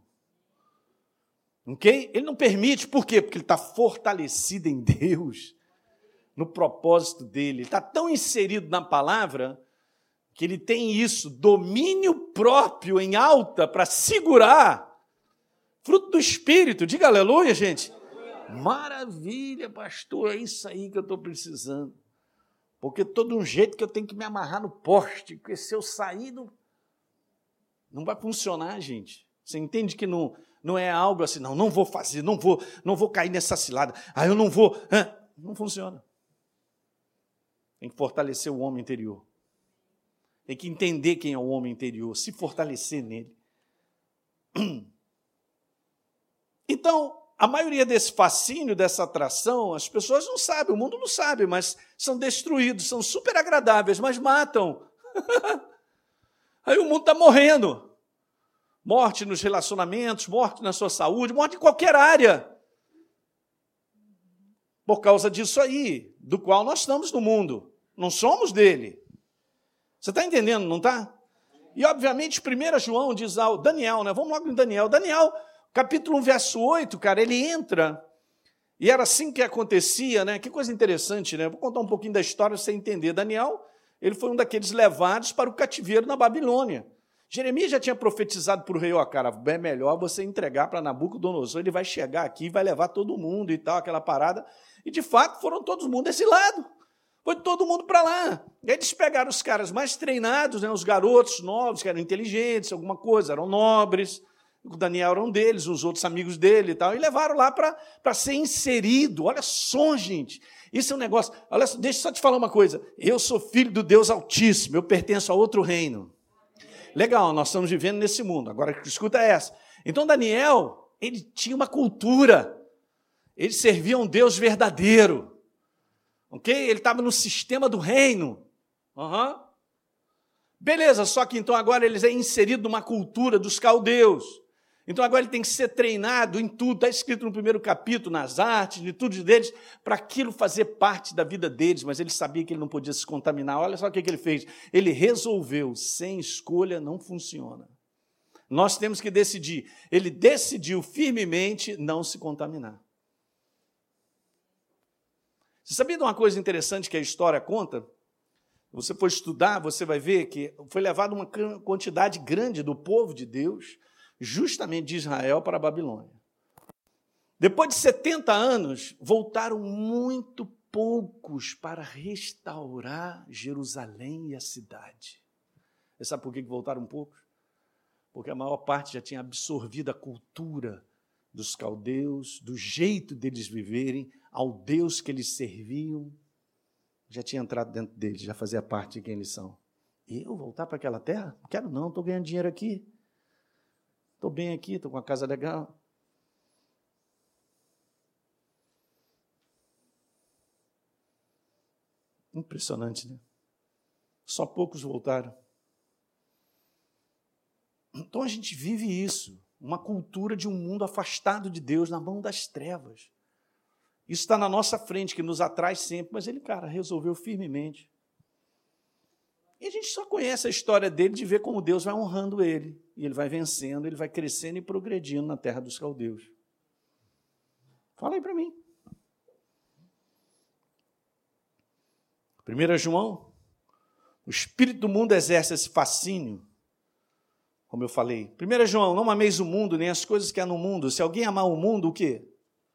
Ok? Ele não permite, por quê? Porque ele está fortalecido em Deus, no propósito dele. Ele está tão inserido na palavra que ele tem isso, domínio próprio em alta para segurar. Fruto do Espírito, diga aleluia, gente. Maravilha, pastor, é isso aí que eu estou precisando. Porque todo um jeito que eu tenho que me amarrar no poste, porque se eu sair, não vai funcionar, gente. Você entende que não é algo assim, não vou fazer, não vou cair nessa cilada, eu não vou. Não funciona. Tem que fortalecer o homem interior. Tem que entender quem é o homem interior, se fortalecer nele. Então, a maioria desse fascínio, dessa atração, as pessoas não sabem, o mundo não sabe, mas são destruídos, são super agradáveis, mas matam. Aí o mundo está morrendo. Morte nos relacionamentos, morte na sua saúde, morte em qualquer área. Por causa disso aí, do qual nós estamos no mundo. Não somos dele. Você está entendendo, não está? E, obviamente, 1 João diz ao Daniel, né? Vamos logo em Daniel. Daniel, Capítulo 1, verso 8, cara, ele entra, e era assim que acontecia, né? Que coisa interessante, né? Vou contar um pouquinho da história para você entender. Daniel, ele foi um daqueles levados para o cativeiro na Babilônia. Jeremias já tinha profetizado para o rei, ó, cara, é melhor você entregar para Nabucodonosor, ele vai chegar aqui e vai levar todo mundo e tal, aquela parada. E, de fato, foram todo mundo desse lado. Foi todo mundo para lá. Eles pegaram os caras mais treinados, né, os garotos novos, que eram inteligentes, alguma coisa, eram nobres. O Daniel era um deles, os outros amigos dele e tal, e levaram lá para ser inserido. Olha só, gente, isso é um negócio. Olha só, deixa eu só te falar uma coisa. Eu sou filho do Deus Altíssimo, eu pertenço a outro reino. Legal, nós estamos vivendo nesse mundo. Agora, escuta essa. Então, Daniel, ele tinha uma cultura. Ele servia um Deus verdadeiro. Ok? Ele estava no sistema do reino. Beleza, só que então agora ele é inserido numa cultura dos caldeus. Então agora ele tem que ser treinado em tudo. Está escrito no primeiro capítulo, nas artes, de tudo deles, para aquilo fazer parte da vida deles, mas ele sabia que ele não podia se contaminar. Olha só o que ele fez. Ele resolveu, sem escolha não funciona. Nós temos que decidir. Ele decidiu firmemente não se contaminar. Você sabia de uma coisa interessante que a história conta? Se você for estudar, você vai ver que foi levada uma quantidade grande do povo de Deus, justamente de Israel, para a Babilônia. Depois de 70 anos, voltaram muito poucos para restaurar Jerusalém e a cidade. Você sabe por que voltaram poucos? Porque a maior parte já tinha absorvido a cultura dos caldeus, do jeito deles viverem, ao Deus que eles serviam, já tinha entrado dentro deles, já fazia parte de quem eles são. E eu voltar para aquela terra? Não quero não, estou ganhando dinheiro aqui. Estou bem aqui, estou com uma casa legal. Impressionante, né? Só poucos voltaram. Então a gente vive isso, uma cultura de um mundo afastado de Deus, na mão das trevas. Isso está na nossa frente, que nos atrai sempre, mas ele, cara, resolveu firmemente. E a gente só conhece a história dele de ver como Deus vai honrando ele, e ele vai vencendo, ele vai crescendo e progredindo na terra dos caldeus. Fala aí para mim. 1 João, o espírito do mundo exerce esse fascínio, como eu falei. 1 João, não ameis o mundo, nem as coisas que há no mundo. Se alguém amar o mundo, o quê?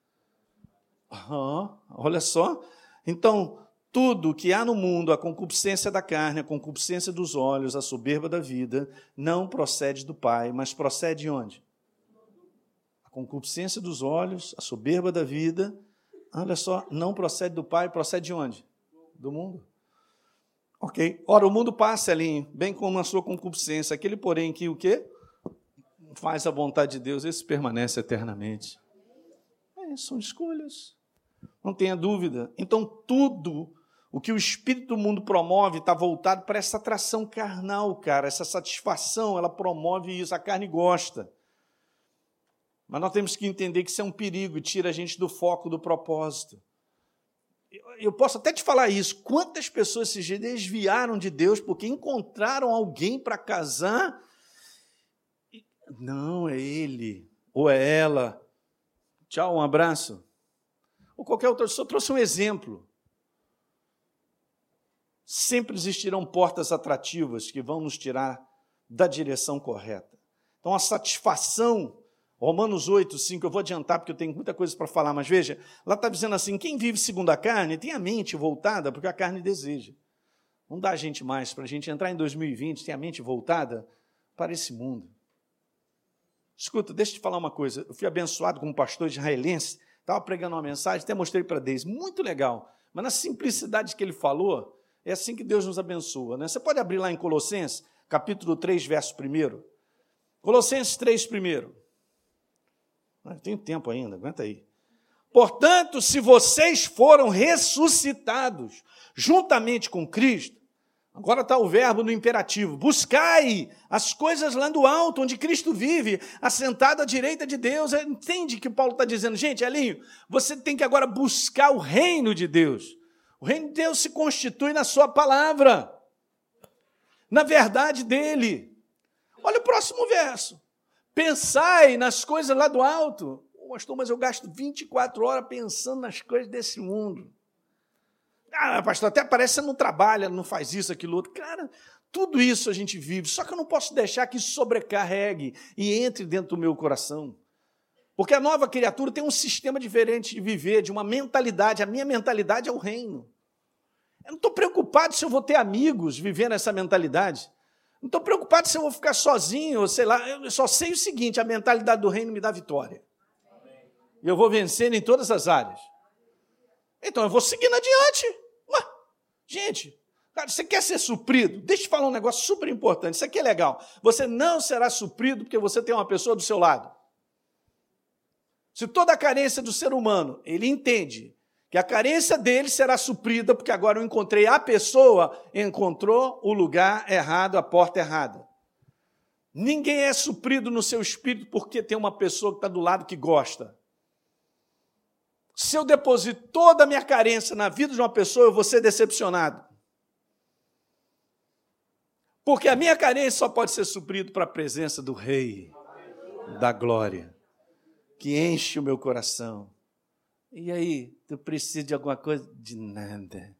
Olha só. Então, tudo que há no mundo, a concupiscência da carne, a concupiscência dos olhos, a soberba da vida, não procede do Pai, mas procede de onde? A concupiscência dos olhos, a soberba da vida, olha só, não procede do Pai, procede de onde? Do mundo. Ok. Ora, o mundo passa, Elinho, bem como a sua concupiscência. Aquele, porém, que o quê? Faz a vontade de Deus, esse permanece eternamente. São escolhas. Não tenha dúvida. Então, tudo o que o espírito do mundo promove está voltado para essa atração carnal, cara. Essa satisfação, ela promove isso. A carne gosta. Mas nós temos que entender que isso é um perigo e tira a gente do foco do propósito. Eu posso até te falar isso. Quantas pessoas se desviaram de Deus porque encontraram alguém para casar? Não, é ele ou é ela. Tchau, um abraço. Ou qualquer outro, eu só trouxe um exemplo. Sempre existirão portas atrativas que vão nos tirar da direção correta. Então, a satisfação, Romanos 8, 5, eu vou adiantar porque eu tenho muita coisa para falar, mas veja, lá está dizendo assim, quem vive segundo a carne tem a mente voltada porque a carne deseja. Não dá a gente mais para a gente entrar em 2020, ter a mente voltada para esse mundo. Escuta, deixa eu te falar uma coisa. Eu fui abençoado como pastor israelense, estava pregando uma mensagem, até mostrei para Deise, muito legal. Mas na simplicidade que ele falou, é assim que Deus nos abençoa, né? Você pode abrir lá em Colossenses, capítulo 3, verso 1. Colossenses 3, 1. Tem tempo ainda, aguenta aí. Portanto, se vocês foram ressuscitados juntamente com Cristo, agora está o verbo no imperativo, buscai as coisas lá do alto, onde Cristo vive, assentado à direita de Deus. Entende que Paulo está dizendo? Gente, Elinho, você tem que agora buscar o reino de Deus. O reino de Deus se constitui na sua palavra, na verdade dele. Olha o próximo verso. Pensai nas coisas lá do alto. Pastor, mas eu gasto 24 horas pensando nas coisas desse mundo. Ah, pastor, até parece que você não trabalha, não faz isso, aquilo outro. Cara, tudo isso a gente vive, só que eu não posso deixar que isso sobrecarregue e entre dentro do meu coração. Porque a nova criatura tem um sistema diferente de viver, de uma mentalidade. A minha mentalidade é o reino. Eu não estou preocupado se eu vou ter amigos vivendo essa mentalidade. Não estou preocupado se eu vou ficar sozinho, ou sei lá. Eu só sei o seguinte, a mentalidade do reino me dá vitória. E eu vou vencer em todas as áreas. Então eu vou seguindo adiante. Ué, gente, cara, você quer ser suprido? Deixa eu te falar um negócio super importante. Isso aqui é legal. Você não será suprido porque você tem uma pessoa do seu lado. Se toda a carência do ser humano, ele entende que a carência dele será suprida porque agora eu encontrei a pessoa, encontrou o lugar errado, a porta errada. Ninguém é suprido no seu espírito porque tem uma pessoa que está do lado que gosta. Se eu deposito toda a minha carência na vida de uma pessoa, eu vou ser decepcionado. Porque a minha carência só pode ser suprida para a presença do Rei da Glória, que enche o meu coração. E aí, tu precisa de alguma coisa? De nada.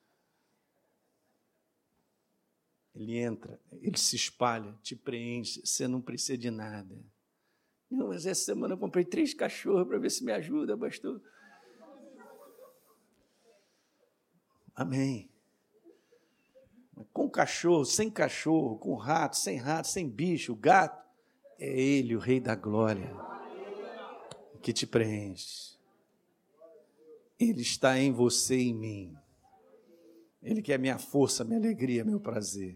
Ele entra, ele se espalha, te preenche, você não precisa de nada. Não, mas essa semana eu comprei 3 cachorros para ver se me ajuda, pastor. Amém. Com cachorro, sem cachorro, com rato, sem bicho, gato, é Ele, o Rei da Glória, que te preenche. Ele está em você e em mim. Ele que é minha força, minha alegria, meu prazer.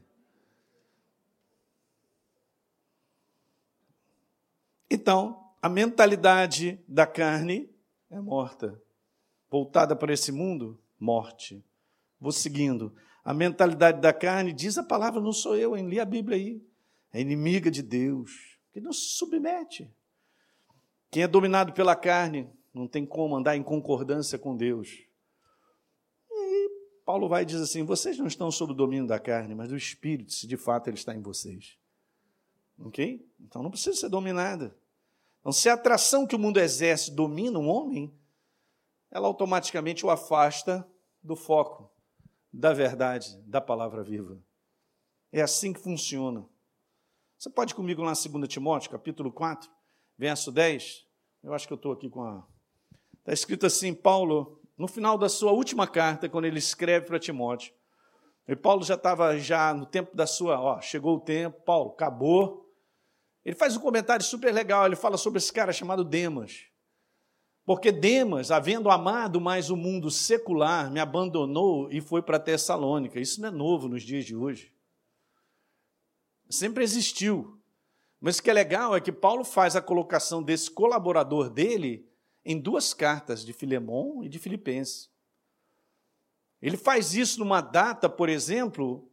Então, a mentalidade da carne é morta. Voltada para esse mundo, morte. Vou seguindo. A mentalidade da carne, diz a palavra, não sou eu, hein? Li a Bíblia aí. É inimiga de Deus, que não se submete. Quem é dominado pela carne não tem como andar em concordância com Deus. E Paulo vai e diz assim, vocês não estão sob o domínio da carne, mas do Espírito, se de fato ele está em vocês. Ok? Então não precisa ser dominada. Então, se a atração que o mundo exerce domina um homem, ela automaticamente o afasta do foco, da verdade, da palavra viva. É assim que funciona. Você pode ir comigo lá em 2 Timóteo, capítulo 4, verso 10? Eu acho que eu estou aqui com a... Está escrito assim, Paulo, no final da sua última carta, quando ele escreve para Timóteo, e Paulo já estava no tempo da sua... chegou o tempo, Paulo, acabou. Ele faz um comentário super legal, ele fala sobre esse cara chamado Demas. Porque Demas, havendo amado mais o mundo secular, me abandonou e foi para Tessalônica. Isso não é novo nos dias de hoje. Sempre existiu. Mas o que é legal é que Paulo faz a colocação desse colaborador dele em 2 cartas, de Filemon e de Filipenses. Ele faz isso numa data, por exemplo,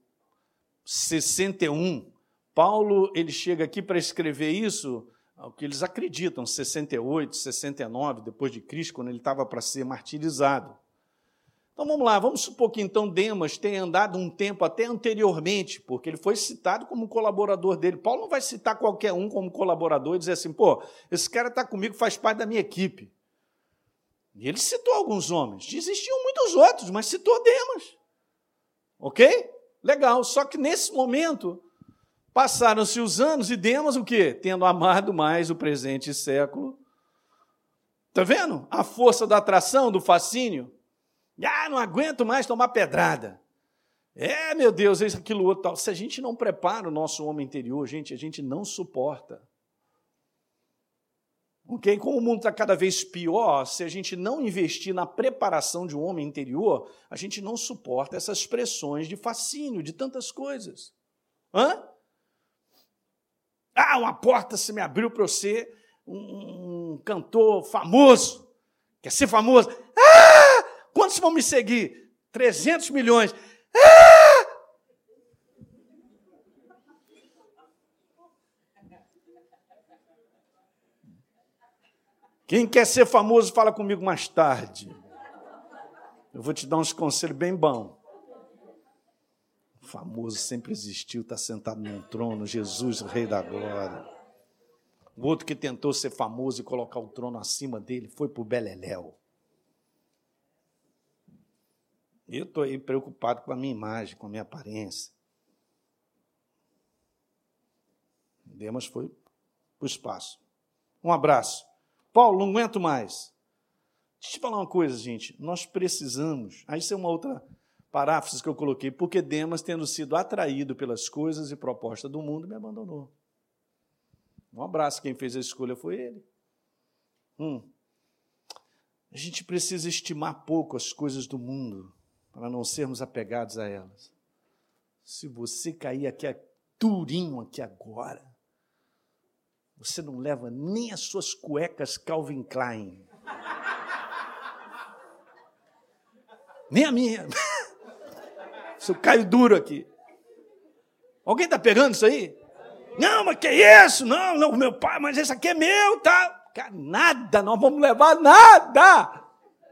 61. Paulo, ele chega aqui para escrever isso... o que eles acreditam, 68, 69, depois de Cristo, quando ele estava para ser martirizado. Então, vamos lá, vamos supor que, então, Demas tenha andado um tempo até anteriormente, porque ele foi citado como colaborador dele. Paulo não vai citar qualquer um como colaborador e dizer assim, esse cara está comigo, faz parte da minha equipe. E ele citou alguns homens. Existiam muitos outros, mas citou Demas. Ok? Legal, só que nesse momento... passaram-se os anos e Demas o quê? Tendo amado mais o presente século. Está vendo? A força da atração, do fascínio. Não aguento mais tomar pedrada. Meu Deus, isso, aquilo, outro, tal. Se a gente não prepara o nosso homem interior, gente, a gente não suporta. Ok? Como o mundo está cada vez pior, se a gente não investir na preparação de um homem interior, a gente não suporta essas pressões de fascínio, de tantas coisas. Uma porta se me abriu para eu ser um cantor famoso. Quer ser famoso? Quantos vão me seguir? 300 milhões. Quem quer ser famoso, fala comigo mais tarde. Eu vou te dar uns conselhos bem bons. O famoso sempre existiu, está sentado num trono, Jesus, o Rei da Glória. O outro que tentou ser famoso e colocar o trono acima dele foi para o beleléu. Eu estou aí preocupado com a minha imagem, com a minha aparência. Demas foi para o espaço. Um abraço. Paulo, não aguento mais. Deixa eu te falar uma coisa, gente. Nós precisamos... Aí isso é uma outra paráfrase que eu coloquei. Porque Demas, tendo sido atraído pelas coisas e propostas do mundo, me abandonou. Um abraço. Quem fez a escolha foi ele. A gente precisa estimar pouco as coisas do mundo para não sermos apegados a elas. Se você cair aqui durinho aqui agora, você não leva nem as suas cuecas Calvin Klein. Nem a minha. Se eu caio duro aqui. Alguém está pegando isso aí? Não, mas que isso? Não, meu pai, mas esse aqui é meu, tá? Cara, nada, nós vamos levar nada.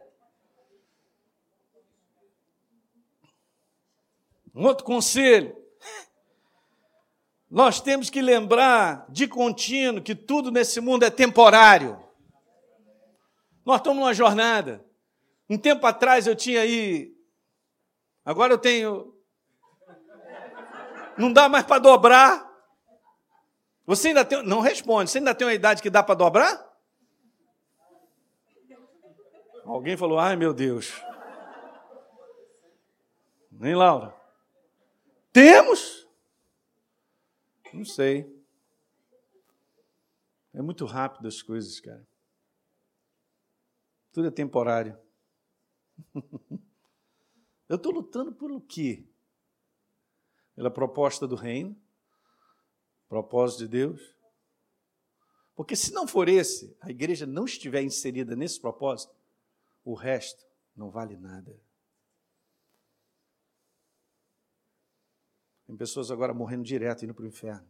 Um outro conselho. Nós temos que lembrar de contínuo que tudo nesse mundo é temporário. Nós estamos numa jornada. Um tempo atrás eu tinha aí, agora eu tenho, não dá mais para dobrar. Você ainda tem, não responde, você ainda tem uma idade que dá para dobrar? Alguém falou, ai meu Deus. Nem Laura? Temos? Não sei. É muito rápido as coisas, cara. Tudo é temporário. Eu estou lutando por o quê? Pela proposta do reino? Propósito de Deus? Porque se não for esse, a igreja não estiver inserida nesse propósito, o resto não vale nada. Tem pessoas agora morrendo direto, indo para o inferno.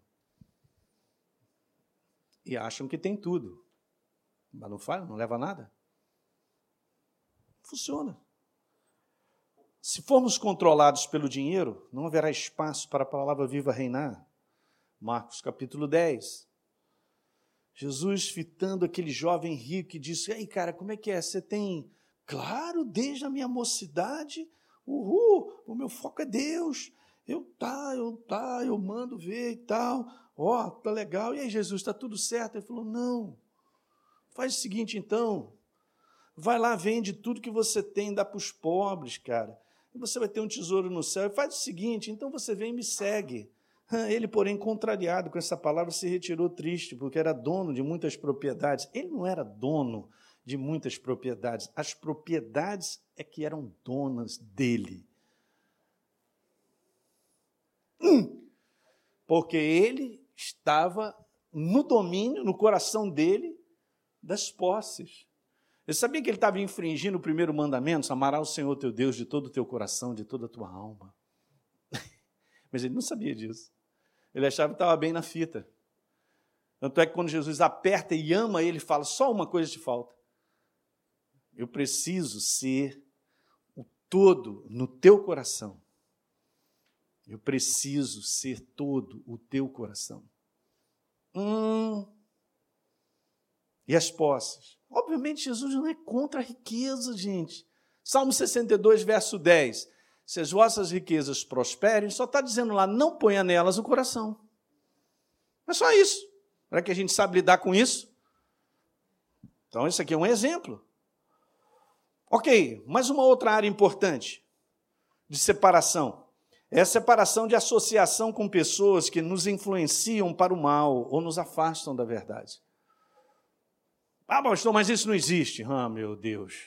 E acham que tem tudo. Mas não faz, não leva a nada. Funciona. Se formos controlados pelo dinheiro, não haverá espaço para a palavra viva reinar. Marcos capítulo 10. Jesus fitando aquele jovem rico e disse, ei cara, como é que é? Você tem... Claro, desde a minha mocidade, o meu foco é Deus. Eu mando ver e tal. Ó, tá legal. E aí, Jesus, está tudo certo? Ele falou, não. Faz o seguinte, então. Vai lá, vende tudo que você tem, dá para os pobres, cara. E você vai ter um tesouro no céu. E faz o seguinte, então você vem e me segue. Ele, porém, contrariado com essa palavra, se retirou triste, porque era dono de muitas propriedades. Ele não era dono de muitas propriedades. As propriedades é que eram donas dele. Porque ele estava no domínio, no coração dele, das posses. Ele sabia que ele estava infringindo o primeiro mandamento, amarás o Senhor teu Deus de todo o teu coração, de toda a tua alma. Mas ele não sabia disso. Ele achava que estava bem na fita. Tanto é que quando Jesus aperta e ama ele, fala, só uma coisa te falta. Eu preciso ser o todo no teu coração. Eu preciso ser todo o teu coração. E as posses? Obviamente, Jesus não é contra a riqueza, gente. Salmo 62, verso 10. Se as vossas riquezas prosperem, só está dizendo lá, não ponha nelas o coração. É só isso. Será que a gente sabe lidar com isso? Então, isso aqui é um exemplo. Ok, mas uma outra área importante de separação. É a separação de associação com pessoas que nos influenciam para o mal ou nos afastam da verdade. Ah, pastor, mas isso não existe. Ah, meu Deus.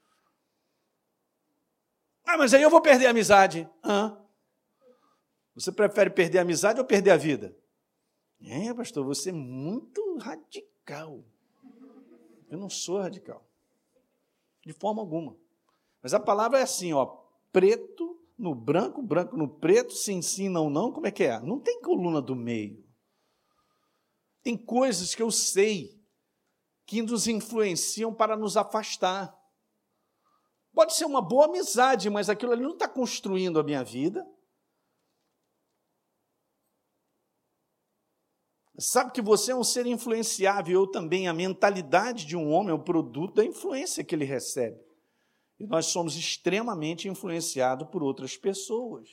Ah, mas aí eu vou perder a amizade. Você prefere perder a amizade ou perder a vida? Pastor, você é muito radical. Eu não sou radical. De forma alguma. Mas a palavra é assim, ó, preto no branco, branco no preto, sim, não, como é que é? Não tem coluna do meio. Tem coisas que eu sei que nos influenciam para nos afastar. Pode ser uma boa amizade, mas aquilo ali não está construindo a minha vida. sabe que você é um ser influenciável, eu também. A mentalidade de um homem é o produto da influência que ele recebe. E nós somos extremamente influenciados por outras pessoas.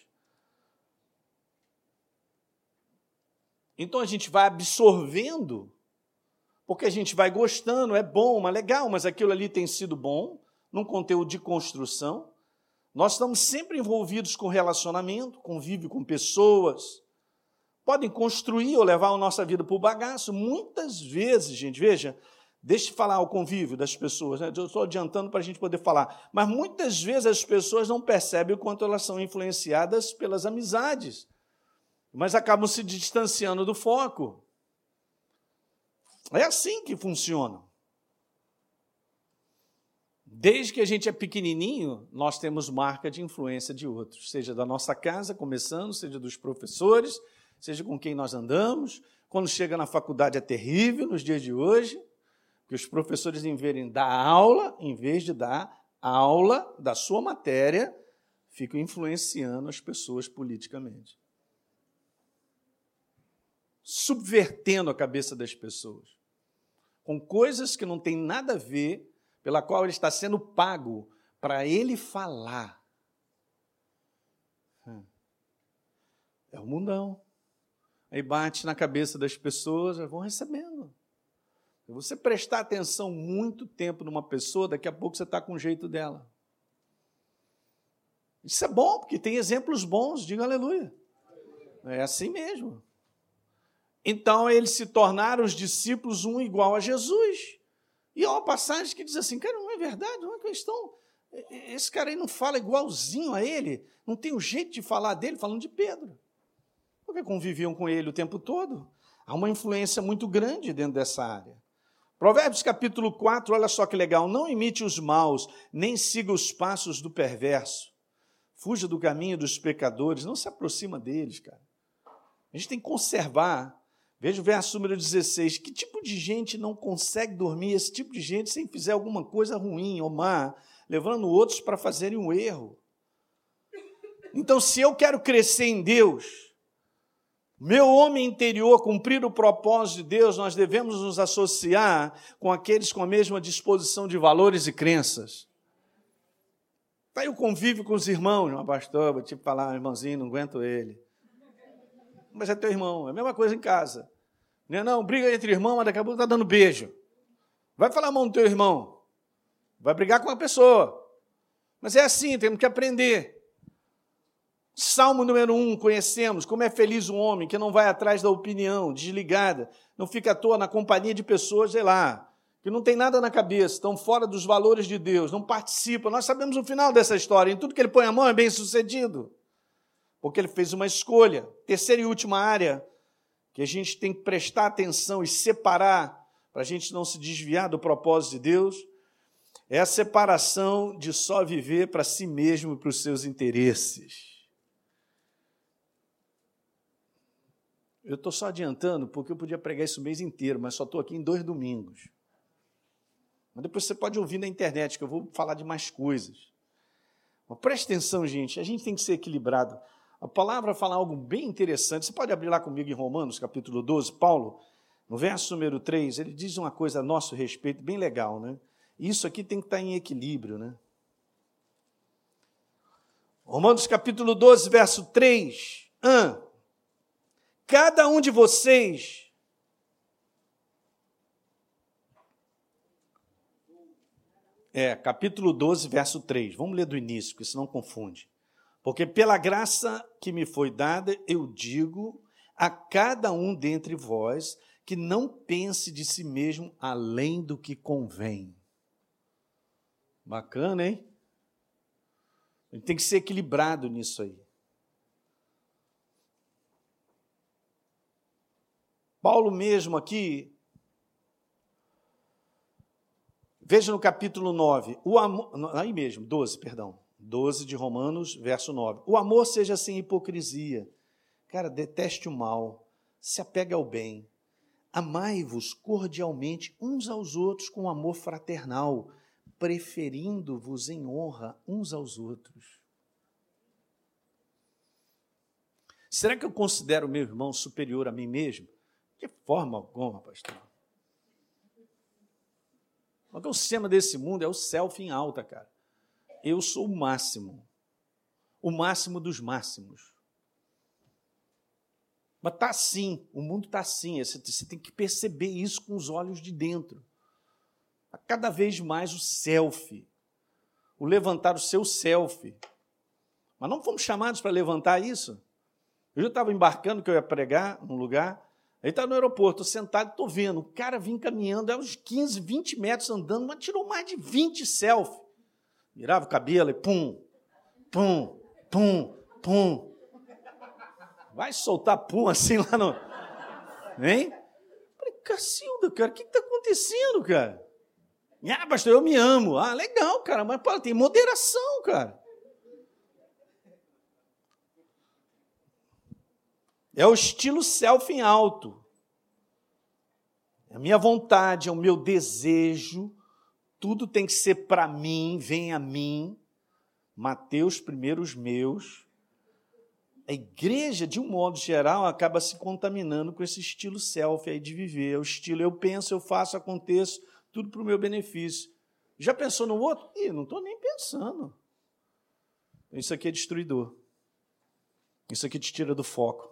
Então a gente vai absorvendo, porque a gente vai gostando, é bom, mas legal, mas aquilo ali tem sido bom, num conteúdo de construção. Nós estamos sempre envolvidos com relacionamento, convívio com pessoas, podem construir ou levar a nossa vida para o bagaço. Muitas vezes, gente, veja, deixa eu falar o convívio das pessoas, né? Eu estou adiantando para a gente poder falar, mas muitas vezes as pessoas não percebem o quanto elas são influenciadas pelas amizades, mas acabam se distanciando do foco. É assim que funciona. Desde que a gente é pequenininho, nós temos marca de influência de outros, seja da nossa casa, começando, seja dos professores, seja com quem nós andamos. Quando chega na faculdade é terrível, nos dias de hoje, que os professores, em vez de dar aula, em vez de dar aula da sua matéria, ficam influenciando as pessoas politicamente, subvertendo a cabeça das pessoas, com coisas que não têm nada a ver, pela qual ele está sendo pago para ele falar. É o mundão. Aí bate na cabeça das pessoas, elas vão recebendo. Se você prestar atenção muito tempo numa pessoa, daqui a pouco você está com o jeito dela. Isso é bom, porque tem exemplos bons, diga aleluia. É assim mesmo. Então, eles se tornaram os discípulos um igual a Jesus. E há uma passagem que diz assim, cara, não é verdade, não é questão. Esse cara aí não fala igualzinho a ele, não tem o jeito de falar dele, falando de Pedro. Porque conviviam com ele o tempo todo. Há uma influência muito grande dentro dessa área. Provérbios capítulo 4, olha só que legal. Não imite os maus, nem siga os passos do perverso. Fuja do caminho dos pecadores, não se aproxima deles, cara. A gente tem que conservar. Veja o verso número 16. Que tipo de gente não consegue dormir? Esse tipo de gente, sem fizer alguma coisa ruim ou má, levando outros para fazerem um erro. Então, se eu quero crescer em Deus, meu homem interior, cumprir o propósito de Deus, nós devemos nos associar com aqueles com a mesma disposição de valores e crenças. Está aí o convívio com os irmãos, não, pastor, vou te falar, irmãozinho, não aguento ele. Mas é teu irmão, é a mesma coisa em casa. Não, briga entre irmãos, mas daqui a pouco está dando beijo. Vai falar a mão do teu irmão, vai brigar com a pessoa. Mas é assim, temos que aprender. Salmo número 1, conhecemos, como é feliz um homem que não vai atrás da opinião, desligada, não fica à toa na companhia de pessoas, sei lá, que não tem nada na cabeça, estão fora dos valores de Deus, não participam. Nós sabemos o final dessa história, em tudo que ele põe a mão é bem sucedido. Porque ele fez uma escolha. Terceira e última área que a gente tem que prestar atenção e separar, para a gente não se desviar do propósito de Deus, é a separação de só viver para si mesmo e para os seus interesses. Eu estou só adiantando, porque eu podia pregar isso o mês inteiro, mas só estou aqui em 2 domingos. Mas depois você pode ouvir na internet, que eu vou falar de mais coisas. Mas preste atenção, gente, a gente tem que ser equilibrado. A palavra fala algo bem interessante. Você pode abrir lá comigo em Romanos, capítulo 12, Paulo, no verso número 3, ele diz uma coisa a nosso respeito, bem legal, né? Isso aqui tem que estar em equilíbrio, né? Romanos, capítulo 12, verso 3. Cada um de vocês capítulo 12, verso 3. Vamos ler do início, porque senão confunde. Porque pela graça que me foi dada, eu digo a cada um dentre vós que não pense de si mesmo além do que convém. Bacana, hein? A gente tem que ser equilibrado nisso aí. Paulo mesmo aqui, veja no capítulo 9, aí mesmo, 12 de Romanos, verso 9. O amor seja sem hipocrisia. Cara, deteste o mal, se apegue ao bem. Amai-vos cordialmente uns aos outros com amor fraternal, preferindo-vos em honra uns aos outros. Será que eu considero meu irmão superior a mim mesmo? De forma alguma, pastor. Porque o sistema desse mundo é o selfie em alta, cara. Eu sou o máximo dos máximos. Mas está assim, o mundo está assim, você tem que perceber isso com os olhos de dentro. Cada vez mais o selfie, o levantar o seu selfie. Mas não fomos chamados para levantar isso? Eu já estava embarcando, que eu ia pregar num lugar, aí estava no aeroporto, sentado, estou vendo, o cara vinha caminhando, uns 15, 20 metros andando, mas tirou mais de 20 selfies. Virava o cabelo e pum, pum, pum, pum. Vai soltar pum assim lá no... Hein? Falei, Cacilda, cara, o que está acontecendo, cara? Ah, pastor, eu me amo. Ah, legal, cara, mas pô, tem moderação, cara. É o estilo selfie em alto. É a minha vontade, é o meu desejo. Tudo tem que ser para mim, vem a mim. Mateus primeiro os meus. A igreja, de um modo geral, acaba se contaminando com esse estilo selfie aí de viver. É o estilo eu penso, eu faço, aconteço, tudo para o meu benefício. Já pensou no outro? Ih, não estou nem pensando. Isso aqui é destruidor. Isso aqui te tira do foco.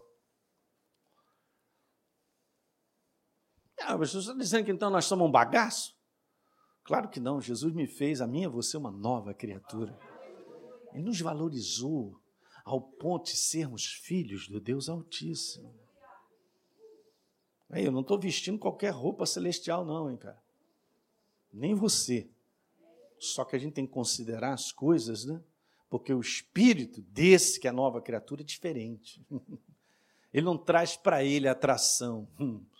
Ah, mas você está dizendo que então nós somos um bagaço? Claro que não. Jesus me fez, a mim e você, uma nova criatura. Ele nos valorizou ao ponto de sermos filhos do Deus Altíssimo. Aí, eu não estou vestindo qualquer roupa celestial, não, hein, cara? Nem você. Só que a gente tem que considerar as coisas, né? Porque o espírito desse, que é a nova criatura, é diferente. Ele não traz para ele atração.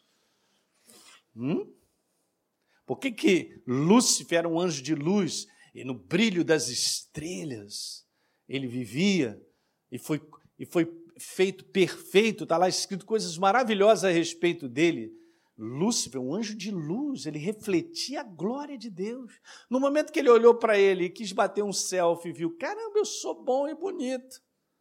Por que Lúcifer era um anjo de luz e no brilho das estrelas ele vivia e foi feito perfeito? Está lá escrito coisas maravilhosas a respeito dele. Lúcifer, um anjo de luz, ele refletia a glória de Deus. No momento que ele olhou para ele e quis bater um selfie, viu, caramba, eu sou bom e bonito.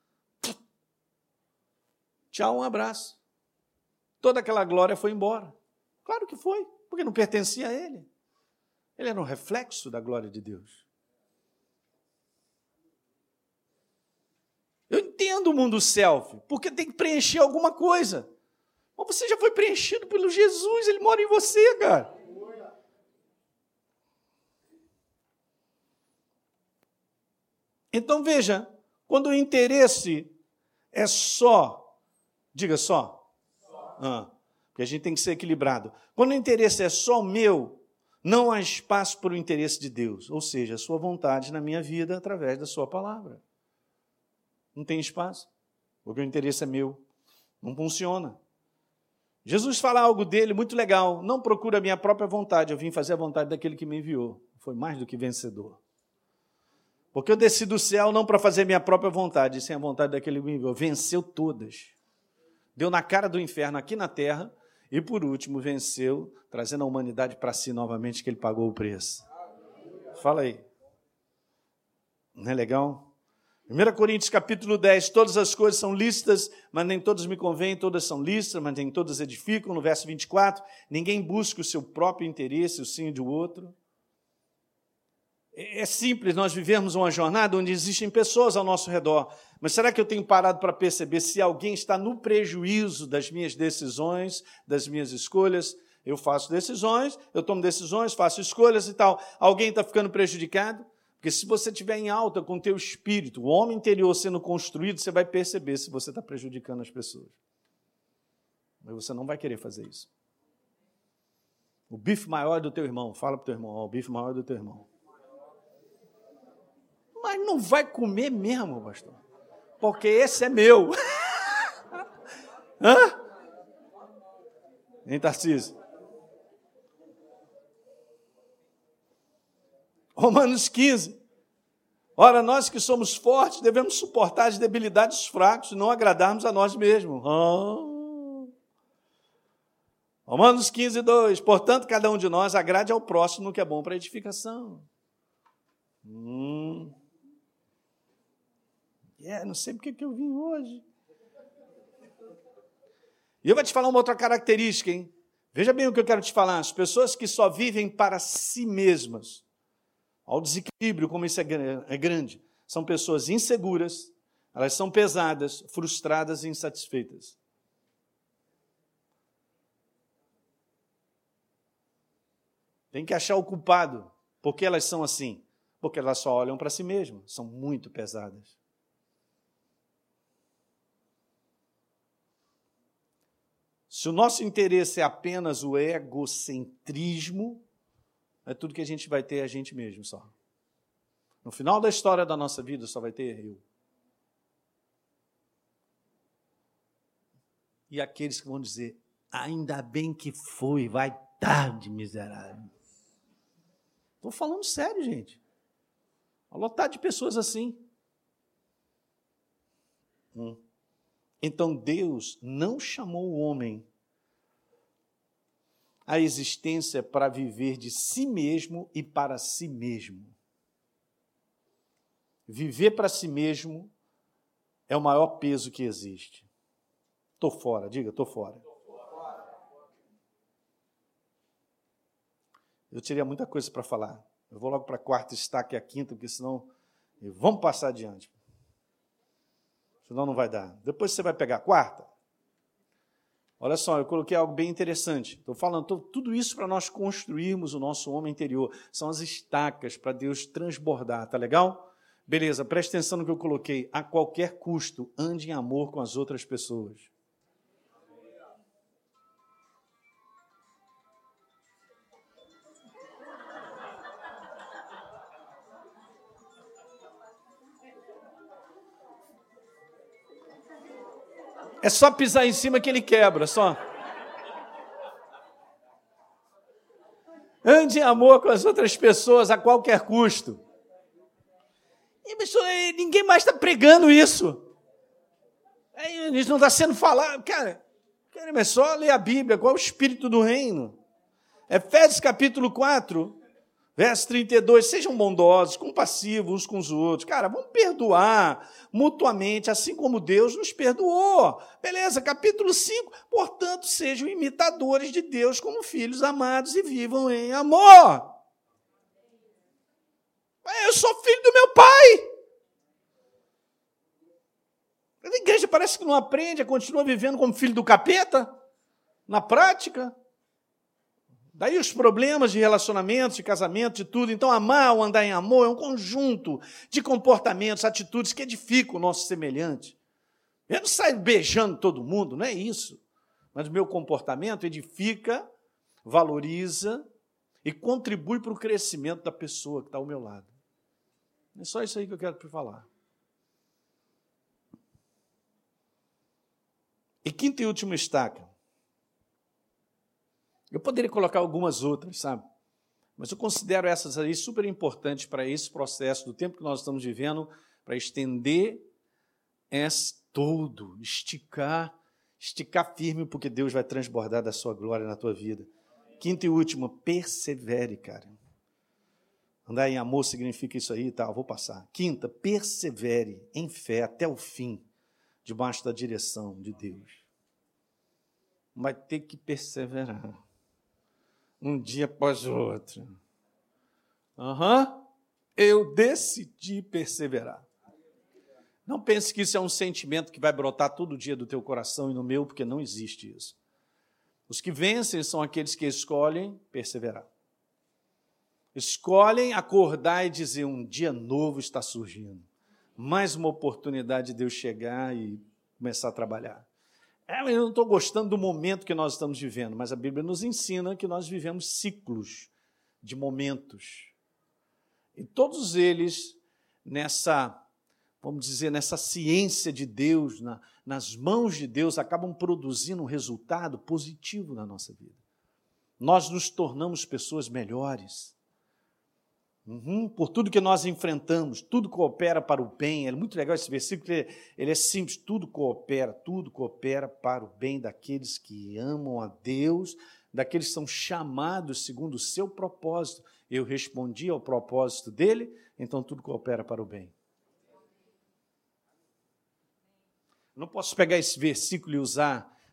Tchau, um abraço. Toda aquela glória foi embora. Claro que foi, porque não pertencia a ele. Ele era um reflexo da glória de Deus. Eu entendo o mundo selfie, porque tem que preencher alguma coisa. Mas você já foi preenchido pelo Jesus, ele mora em você, cara. Então, veja, quando o interesse é só, diga só, porque a gente tem que ser equilibrado. Quando o interesse é só meu, não há espaço para o interesse de Deus, ou seja, a sua vontade na minha vida através da sua palavra. Não tem espaço, porque o interesse é meu. Não funciona. Jesus fala algo dele muito legal. Não procura a minha própria vontade, eu vim fazer a vontade daquele que me enviou. Foi mais do que vencedor. Porque eu desci do céu não para fazer minha própria vontade, sem a vontade daquele que me enviou. Venceu todas. Deu na cara do inferno aqui na terra e, por último, venceu, trazendo a humanidade para si novamente, que ele pagou o preço. Fala aí. Não é legal? 1 Coríntios capítulo 10, todas as coisas são lícitas, mas nem todas me convêm, todas são lícitas, mas nem todas edificam. No verso 24, ninguém busca o seu próprio interesse, o sim do outro. É simples nós vivermos uma jornada onde existem pessoas ao nosso redor, mas será que eu tenho parado para perceber se alguém está no prejuízo das minhas decisões, das minhas escolhas? Eu faço decisões, eu tomo decisões, faço escolhas e tal. Alguém está ficando prejudicado? Porque se você estiver em alta com o teu espírito, o homem interior sendo construído, você vai perceber se você está prejudicando as pessoas. Mas você não vai querer fazer isso. O bife maior é do teu irmão. Fala para o teu irmão, o bife maior é do teu irmão. Mas não vai comer mesmo, pastor. Porque esse é meu. Hã? Hein, Tarcísio? Romanos 15. Ora, nós que somos fortes, devemos suportar as debilidades dos fracos e não agradarmos a nós mesmos. Romanos 15, 2. Portanto, cada um de nós agrade ao próximo no que é bom para a edificação. Não sei porque que eu vim hoje. E eu vou te falar uma outra característica, hein? Veja bem o que eu quero te falar. As pessoas que só vivem para si mesmas, ao desequilíbrio, como isso é grande, são pessoas inseguras, elas são pesadas, frustradas e insatisfeitas. Tem que achar o culpado. Por que elas são assim? Porque elas só olham para si mesmas, são muito pesadas. Se o nosso interesse é apenas o egocentrismo, é tudo que a gente vai ter a gente mesmo só. No final da história da nossa vida só vai ter eu. E aqueles que vão dizer, ainda bem que foi, vai tarde, miserável. Estou falando sério, gente. Uma lotada de pessoas assim. Então Deus não chamou o homem à existência para viver de si mesmo e para si mesmo. Viver para si mesmo é o maior peso que existe. Estou fora, diga, estou fora. Eu teria muita coisa para falar. Eu vou logo para a quarta estaca e a quinta, porque senão vamos passar adiante. Senão não vai dar. Depois você vai pegar a quarta. Olha só, eu coloquei algo bem interessante. Estou falando tudo isso para nós construirmos o nosso homem interior. São as estacas para Deus transbordar, tá legal? Beleza, preste atenção no que eu coloquei. A qualquer custo, ande em amor com as outras pessoas. É só pisar em cima que ele quebra, só. Ande em amor com as outras pessoas a qualquer custo. E ninguém mais está pregando isso. Isso não está sendo falado. Cara, é só ler a Bíblia, qual é o espírito do reino. Efésios capítulo 4, verso 32, sejam bondosos, compassivos uns com os outros. Cara, vamos perdoar mutuamente, assim como Deus nos perdoou. Beleza, capítulo 5, portanto, sejam imitadores de Deus como filhos amados e vivam em amor. Eu sou filho do meu pai. A igreja parece que não aprende, continua vivendo como filho do capeta, na prática. Daí os problemas de relacionamentos, de casamento, de tudo. Então, amar ou andar em amor é um conjunto de comportamentos, atitudes que edificam o nosso semelhante. Eu não saio beijando todo mundo, não é isso. Mas o meu comportamento edifica, valoriza e contribui para o crescimento da pessoa que está ao meu lado. É só isso aí que eu quero te falar. E quinta e última estaca. Eu poderia colocar algumas outras, sabe? Mas eu considero essas aí super importantes para esse processo do tempo que nós estamos vivendo, para estender todo, esticar firme, porque Deus vai transbordar da sua glória na tua vida. Quinta e última, persevere, cara. Andar em amor significa isso aí e tal, vou passar. Quinta, persevere em fé até o fim, debaixo da direção de Deus. Vai ter que perseverar. Um dia após o outro. Eu decidi perseverar. Não pense que isso é um sentimento que vai brotar todo dia do teu coração e no meu, porque não existe isso. Os que vencem são aqueles que escolhem perseverar. Escolhem acordar e dizer, um dia novo está surgindo. Mais uma oportunidade de Deus chegar e começar a trabalhar. Eu não estou gostando do momento que nós estamos vivendo, mas a Bíblia nos ensina que nós vivemos ciclos de momentos. E todos eles, vamos dizer, nessa ciência de Deus, nas mãos de Deus, acabam produzindo um resultado positivo na nossa vida. Nós nos tornamos pessoas melhores. Por tudo que nós enfrentamos, tudo coopera para o bem. É muito legal esse versículo, ele é simples, tudo coopera para o bem daqueles que amam a Deus, daqueles que são chamados segundo o seu propósito. Eu respondi ao propósito dele, então tudo coopera para o bem. Não posso pegar esse versículo e usar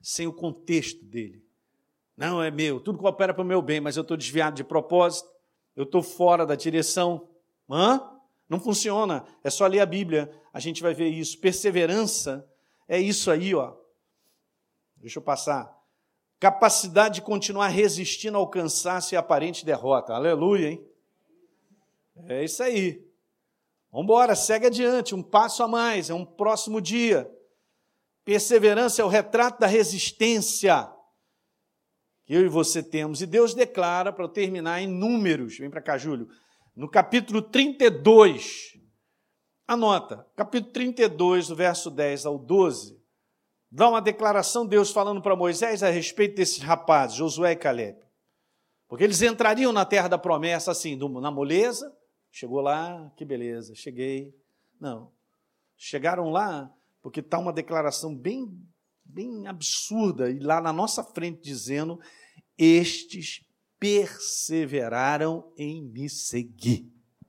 sem o contexto dele. Não é meu, tudo coopera para o meu bem, mas eu estou desviado de propósito, eu estou fora da direção. Não funciona, é só ler a Bíblia, a gente vai ver isso. Perseverança é isso aí, ó. Deixa eu passar. Capacidade de continuar resistindo ao cansaço e aparente derrota. Aleluia, hein? É isso aí. Vamos embora, segue adiante, um passo a mais, é um próximo dia. Perseverança é o retrato da resistência que eu e você temos. E Deus declara, para eu terminar, em Números, vem para cá, Júlio, no capítulo 32, anota, capítulo 32, do verso 10 ao 12, dá uma declaração, Deus falando para Moisés a respeito desses rapazes, Josué e Caleb. Porque eles entrariam na terra da promessa assim, na moleza, chegou lá, que beleza, cheguei. Não, chegaram lá porque está uma declaração bem absurda, e lá na nossa frente dizendo, estes perseveraram em me seguir.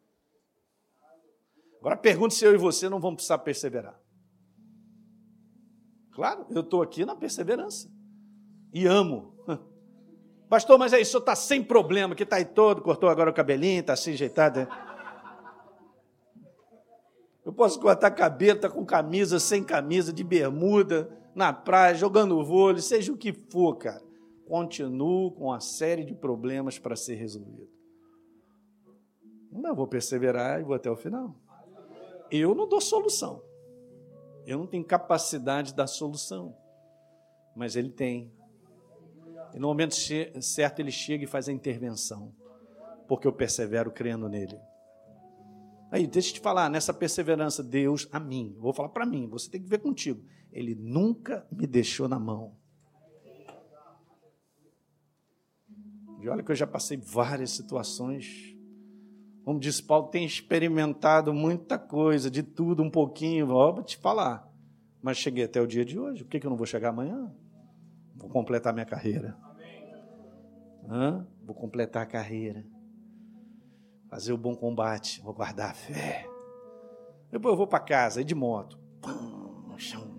Agora pergunte se eu e você não vamos precisar perseverar. Claro, eu estou aqui na perseverança. E amo. Pastor, mas aí, o senhor está sem problema, que está aí todo, cortou agora o cabelinho, está assim ajeitado. Né? Eu posso cortar cabelo, está com camisa, sem camisa, de bermuda, na praia, jogando vôlei, seja o que for, cara. Continuo com uma série de problemas para ser resolvido. Não, vou perseverar e vou até o final. Eu não dou solução. Eu não tenho capacidade da solução. Mas ele tem. E no momento certo ele chega e faz a intervenção. Porque eu persevero crendo nele. Aí, deixa eu te falar, nessa perseverança, Deus, a mim, vou falar para mim, você tem que ver contigo. Ele nunca me deixou na mão. E olha que eu já passei várias situações. Como diz Paulo, tem experimentado muita coisa, de tudo, um pouquinho, vou te falar. Mas cheguei até o dia de hoje, por que eu não vou chegar amanhã? Vou completar minha carreira. Vou completar a carreira. Fazer o bom combate, vou guardar a fé. Depois eu vou para casa, ir de moto. No chão.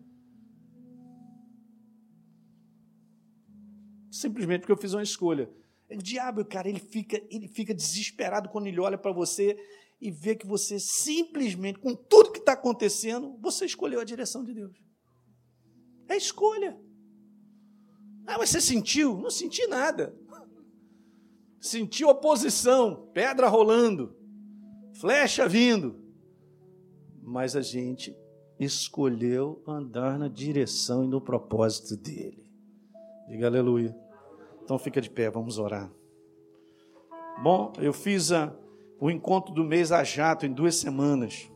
Simplesmente porque eu fiz uma escolha. O diabo, cara, ele fica desesperado quando ele olha para você e vê que você simplesmente, com tudo que está acontecendo, você escolheu a direção de Deus. É escolha. Mas você sentiu? Não senti nada. Senti oposição, pedra rolando, flecha vindo. Mas a gente escolheu andar na direção e no propósito dele. Diga aleluia. Então fica de pé, vamos orar. Bom, eu fiz o encontro do mês a jato em 2 semanas.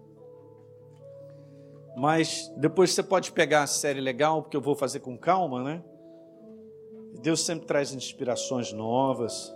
Mas depois você pode pegar a série legal, porque eu vou fazer com calma, né? Deus sempre traz inspirações novas.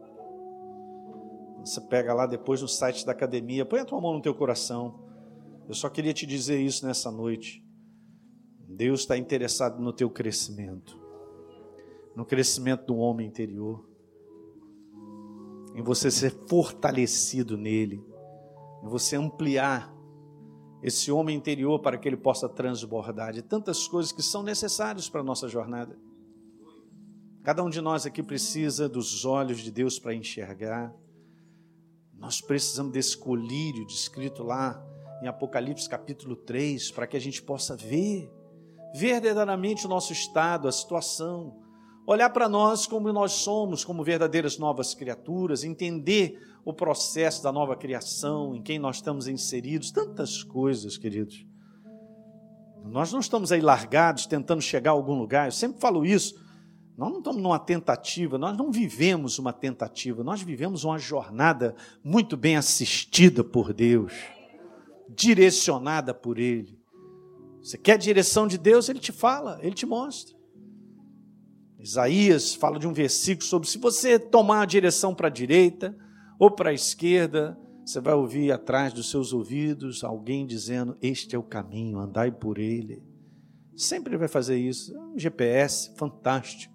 Você pega lá depois no site da academia, põe a tua mão no teu coração. Eu só queria te dizer isso nessa noite. Deus está interessado no teu crescimento, no crescimento do homem interior, em você ser fortalecido nele, em você ampliar esse homem interior para que ele possa transbordar de tantas coisas que são necessárias para a nossa jornada. Cada um de nós aqui precisa dos olhos de Deus para enxergar. Nós precisamos desse colírio descrito lá em Apocalipse capítulo 3, para que a gente possa ver verdadeiramente o nosso estado, a situação, olhar para nós como nós somos, como verdadeiras novas criaturas, entender o processo da nova criação, em quem nós estamos inseridos, tantas coisas, queridos. Nós não estamos aí largados, tentando chegar a algum lugar, eu sempre falo isso. Nós não estamos numa tentativa, nós não vivemos uma tentativa, nós vivemos uma jornada muito bem assistida por Deus, direcionada por Ele. Você quer a direção de Deus? Ele te fala, Ele te mostra. Isaías fala de um versículo sobre se você tomar a direção para a direita ou para a esquerda, você vai ouvir atrás dos seus ouvidos alguém dizendo, este é o caminho, andai por ele. Sempre vai fazer isso, é um GPS fantástico.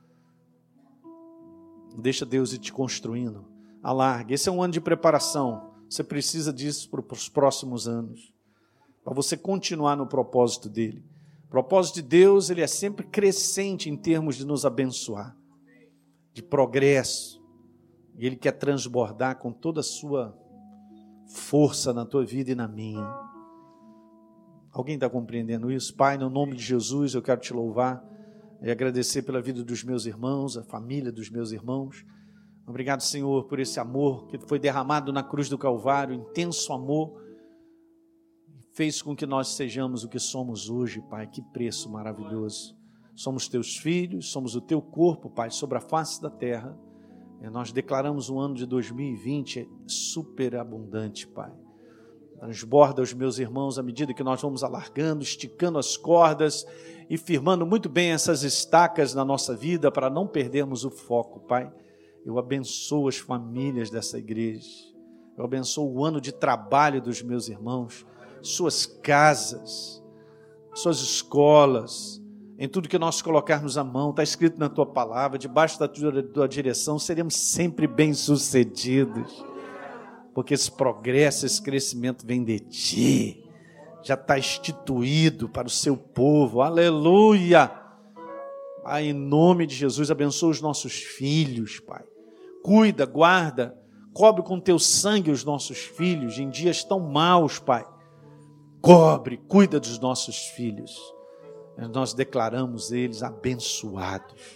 Deixa Deus ir te construindo. Alargue. Esse é um ano de preparação. Você precisa disso para os próximos anos. Para você continuar no propósito dele. propósito de Deus, ele é sempre crescente em termos de nos abençoar, de progresso. E Ele quer transbordar com toda a sua força na tua vida e na minha. Alguém está compreendendo isso? Pai, no nome de Jesus, eu quero te louvar e agradecer pela vida dos meus irmãos, a família dos meus irmãos. Obrigado, Senhor, por esse amor que foi derramado na cruz do Calvário, intenso amor, fez com que nós sejamos o que somos hoje, Pai. Que preço maravilhoso. Somos teus filhos, somos o teu corpo, Pai, sobre a face da terra. E nós declaramos um ano de 2020 super abundante, Pai. Transborda os meus irmãos à medida que nós vamos alargando, esticando as cordas e firmando muito bem essas estacas na nossa vida para não perdermos o foco, Pai. Eu abençoo as famílias dessa igreja. Eu abençoo o ano de trabalho dos meus irmãos, suas casas, suas escolas, em tudo que nós colocarmos a mão. Está escrito na tua palavra, debaixo da tua direção, seremos sempre bem-sucedidos, porque esse progresso, esse crescimento vem de ti, já está instituído para o seu povo. Aleluia! Pai, em nome de Jesus, abençoa os nossos filhos, Pai. Cuida, guarda, cobre com teu sangue os nossos filhos em dias tão maus, Pai. Cobre, cuida dos nossos filhos. Nós declaramos eles abençoados.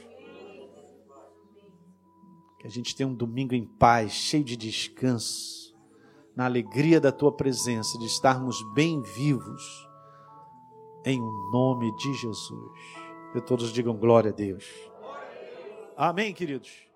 Que a gente tenha um domingo em paz, cheio de descanso, na alegria da tua presença, de estarmos bem vivos, em nome de Jesus. Que todos digam glória a Deus. Amém, queridos?